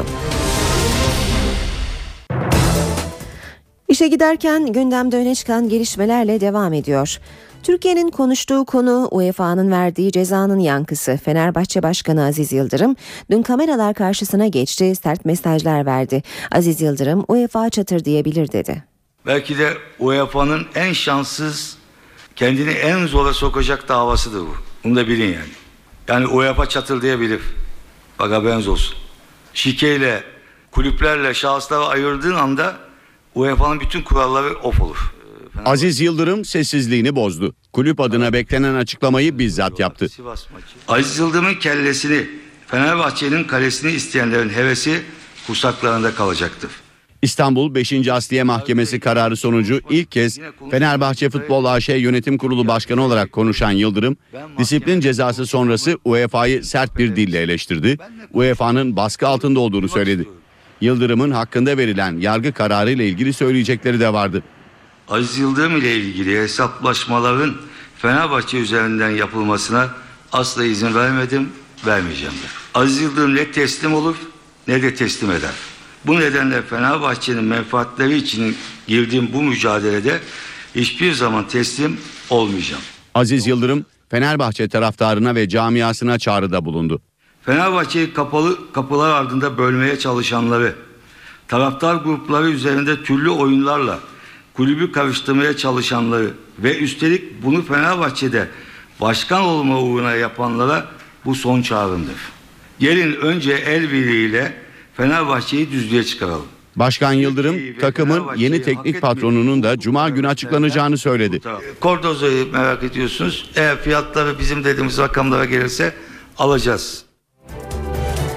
İşe giderken gündemde öne çıkan gelişmelerle devam ediyor. Türkiye'nin konuştuğu konu U E F A'nın verdiği cezanın yankısı. Fenerbahçe Başkanı Aziz Yıldırım dün kameralar karşısına geçti, sert mesajlar verdi. Aziz Yıldırım U E F A çatır diyebilir dedi. Belki de U E F A'nın en şanssız, kendini en zora sokacak davasıdır bu. Bunu da bilin yani. Yani U E F A çatır diyebilir. Bak haberiniz olsun. Şikeyle, kulüplerle şahısları ayırdığın anda U E F A'nın bütün kuralları off olur. Aziz Yıldırım sessizliğini bozdu. Kulüp adına beklenen açıklamayı bizzat yaptı. Aziz Yıldırım'ın kellesini, Fenerbahçe'nin kalesini isteyenlerin hevesi kursaklarında kalacaktır. İstanbul beşinci Asliye Mahkemesi kararı sonucu ilk kez Fenerbahçe Futbol A Ş Yönetim Kurulu Başkanı olarak konuşan Yıldırım, disiplin cezası sonrası U E F A'yı sert bir dille eleştirdi. U E F A'nın baskı altında olduğunu söyledi. Yıldırım'ın hakkında verilen yargı kararı ile ilgili söyleyecekleri de vardı. Aziz Yıldırım ile ilgili hesaplaşmaların Fenerbahçe üzerinden yapılmasına asla izin vermedim, vermeyeceğim de. Aziz Yıldırım ne teslim olur ne de teslim eder. Bu nedenle Fenerbahçe'nin menfaatleri için girdiğim bu mücadelede hiçbir zaman teslim olmayacağım. Aziz Yıldırım Fenerbahçe taraftarına ve camiasına çağrıda bulundu. Fenerbahçe'yi kapalı kapılar ardında bölmeye çalışanları, taraftar grupları üzerinde türlü oyunlarla kulübü karıştırmaya çalışanları ve üstelik bunu Fenerbahçe'de başkan olma uğruna yapanlara bu son çağrımdır. Gelin önce el birliğiyle Fenerbahçe'yi düzlüğe çıkaralım. Başkan Yıldırım takımın yeni teknik patronunun da Cuma günü açıklanacağını söyledi. Cordoza'yı merak ediyorsunuz. Eğer fiyatları bizim dediğimiz rakamlara gelirse alacağız.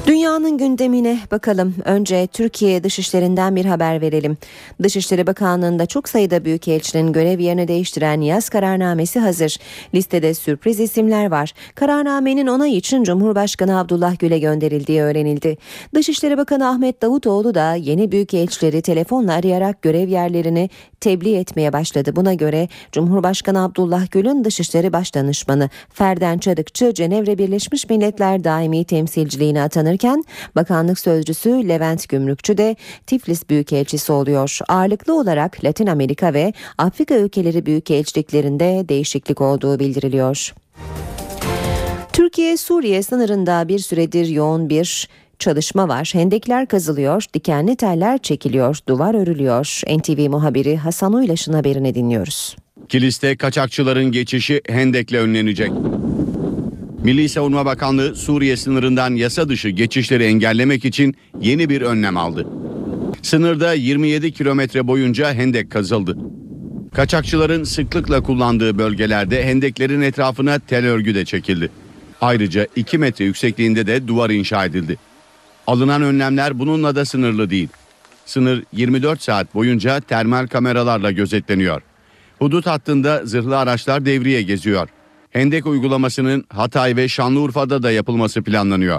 Dünyanın gündemine bakalım. Önce Türkiye Dışişleri'nden bir haber verelim. Dışişleri Bakanlığı'nda çok sayıda büyükelçinin görev yerini değiştiren yaz kararnamesi hazır. Listede sürpriz isimler var. Kararnamenin onay için Cumhurbaşkanı Abdullah Gül'e gönderildiği öğrenildi. Dışişleri Bakanı Ahmet Davutoğlu da yeni büyükelçileri telefonla arayarak görev yerlerini tebliğ etmeye başladı. Buna göre Cumhurbaşkanı Abdullah Gül'ün Dışişleri Başdanışmanı Ferden Çadıkçı Cenevre Birleşmiş Milletler Daimi Temsilciliğine atanırken Bakanlık Sözcüsü Levent Gümrükçü de Tiflis Büyükelçisi oluyor. Ağırlıklı olarak Latin Amerika ve Afrika ülkeleri büyükelçiliklerinde değişiklik olduğu bildiriliyor. Türkiye-Suriye sınırında bir süredir yoğun bir çalışma var. Hendekler kazılıyor, dikenli teller çekiliyor, duvar örülüyor. N T V muhabiri Hasan Uylaş'ın haberini dinliyoruz. Kilis'te kaçakçıların geçişi hendekle önlenecek. Milli Savunma Bakanlığı Suriye sınırından yasa dışı geçişleri engellemek için yeni bir önlem aldı. Sınırda yirmi yedi kilometre boyunca hendek kazıldı. Kaçakçıların sıklıkla kullandığı bölgelerde hendeklerin etrafına tel örgü de çekildi. Ayrıca iki metre yüksekliğinde de duvar inşa edildi. Alınan önlemler bununla da sınırlı değil. Sınır yirmi dört saat boyunca termal kameralarla gözetleniyor. Hudut hattında zırhlı araçlar devriye geziyor. Hendek uygulamasının Hatay ve Şanlıurfa'da da yapılması planlanıyor.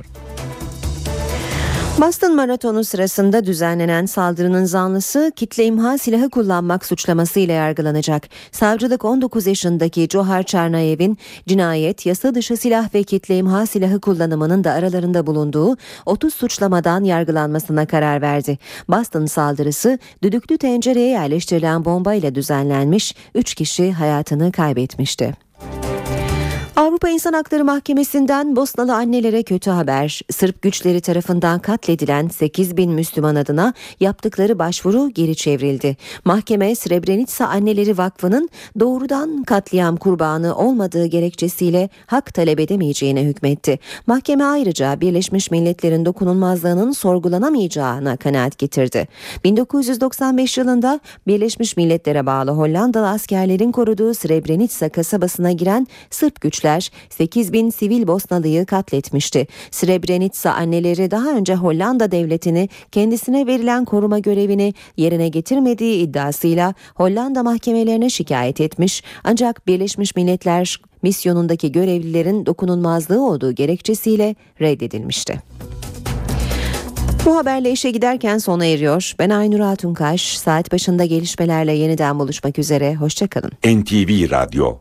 Boston Maratonu sırasında düzenlenen saldırının zanlısı kitle imha silahı kullanmak suçlamasıyla yargılanacak. Savcılık on dokuz yaşındaki Johar Çarnayev'in cinayet, yasa dışı silah ve kitle imha silahı kullanımının da aralarında bulunduğu otuz suçlamadan yargılanmasına karar verdi. Boston saldırısı düdüklü tencereye yerleştirilen bomba ile düzenlenmiş, üç kişi hayatını kaybetmişti. Avrupa İnsan Hakları Mahkemesi'nden Bosnalı annelere kötü haber. Sırp güçleri tarafından katledilen sekiz bin Müslüman adına yaptıkları başvuru geri çevrildi. Mahkeme Srebrenica Anneleri Vakfı'nın doğrudan katliam kurbanı olmadığı gerekçesiyle hak talep edemeyeceğine hükmetti. Mahkeme ayrıca Birleşmiş Milletler'in dokunulmazlığının sorgulanamayacağına kanaat getirdi. bin dokuz yüz doksan beş yılında Birleşmiş Milletler'e bağlı Hollandalı askerlerin koruduğu Srebrenica kasabasına giren Sırp güçler sekiz bin sivil Bosnalı'yı katletmişti. Srebrenica anneleri daha önce Hollanda devletini kendisine verilen koruma görevini yerine getirmediği iddiasıyla Hollanda mahkemelerine şikayet etmiş, ancak Birleşmiş Milletler misyonundaki görevlilerin dokunulmazlığı olduğu gerekçesiyle reddedilmişti. Bu haberle işe giderken sona eriyor. Ben Aynur Altunkaş. Saat başında gelişmelerle yeniden buluşmak üzere. Hoşça kalın. N T V Radyo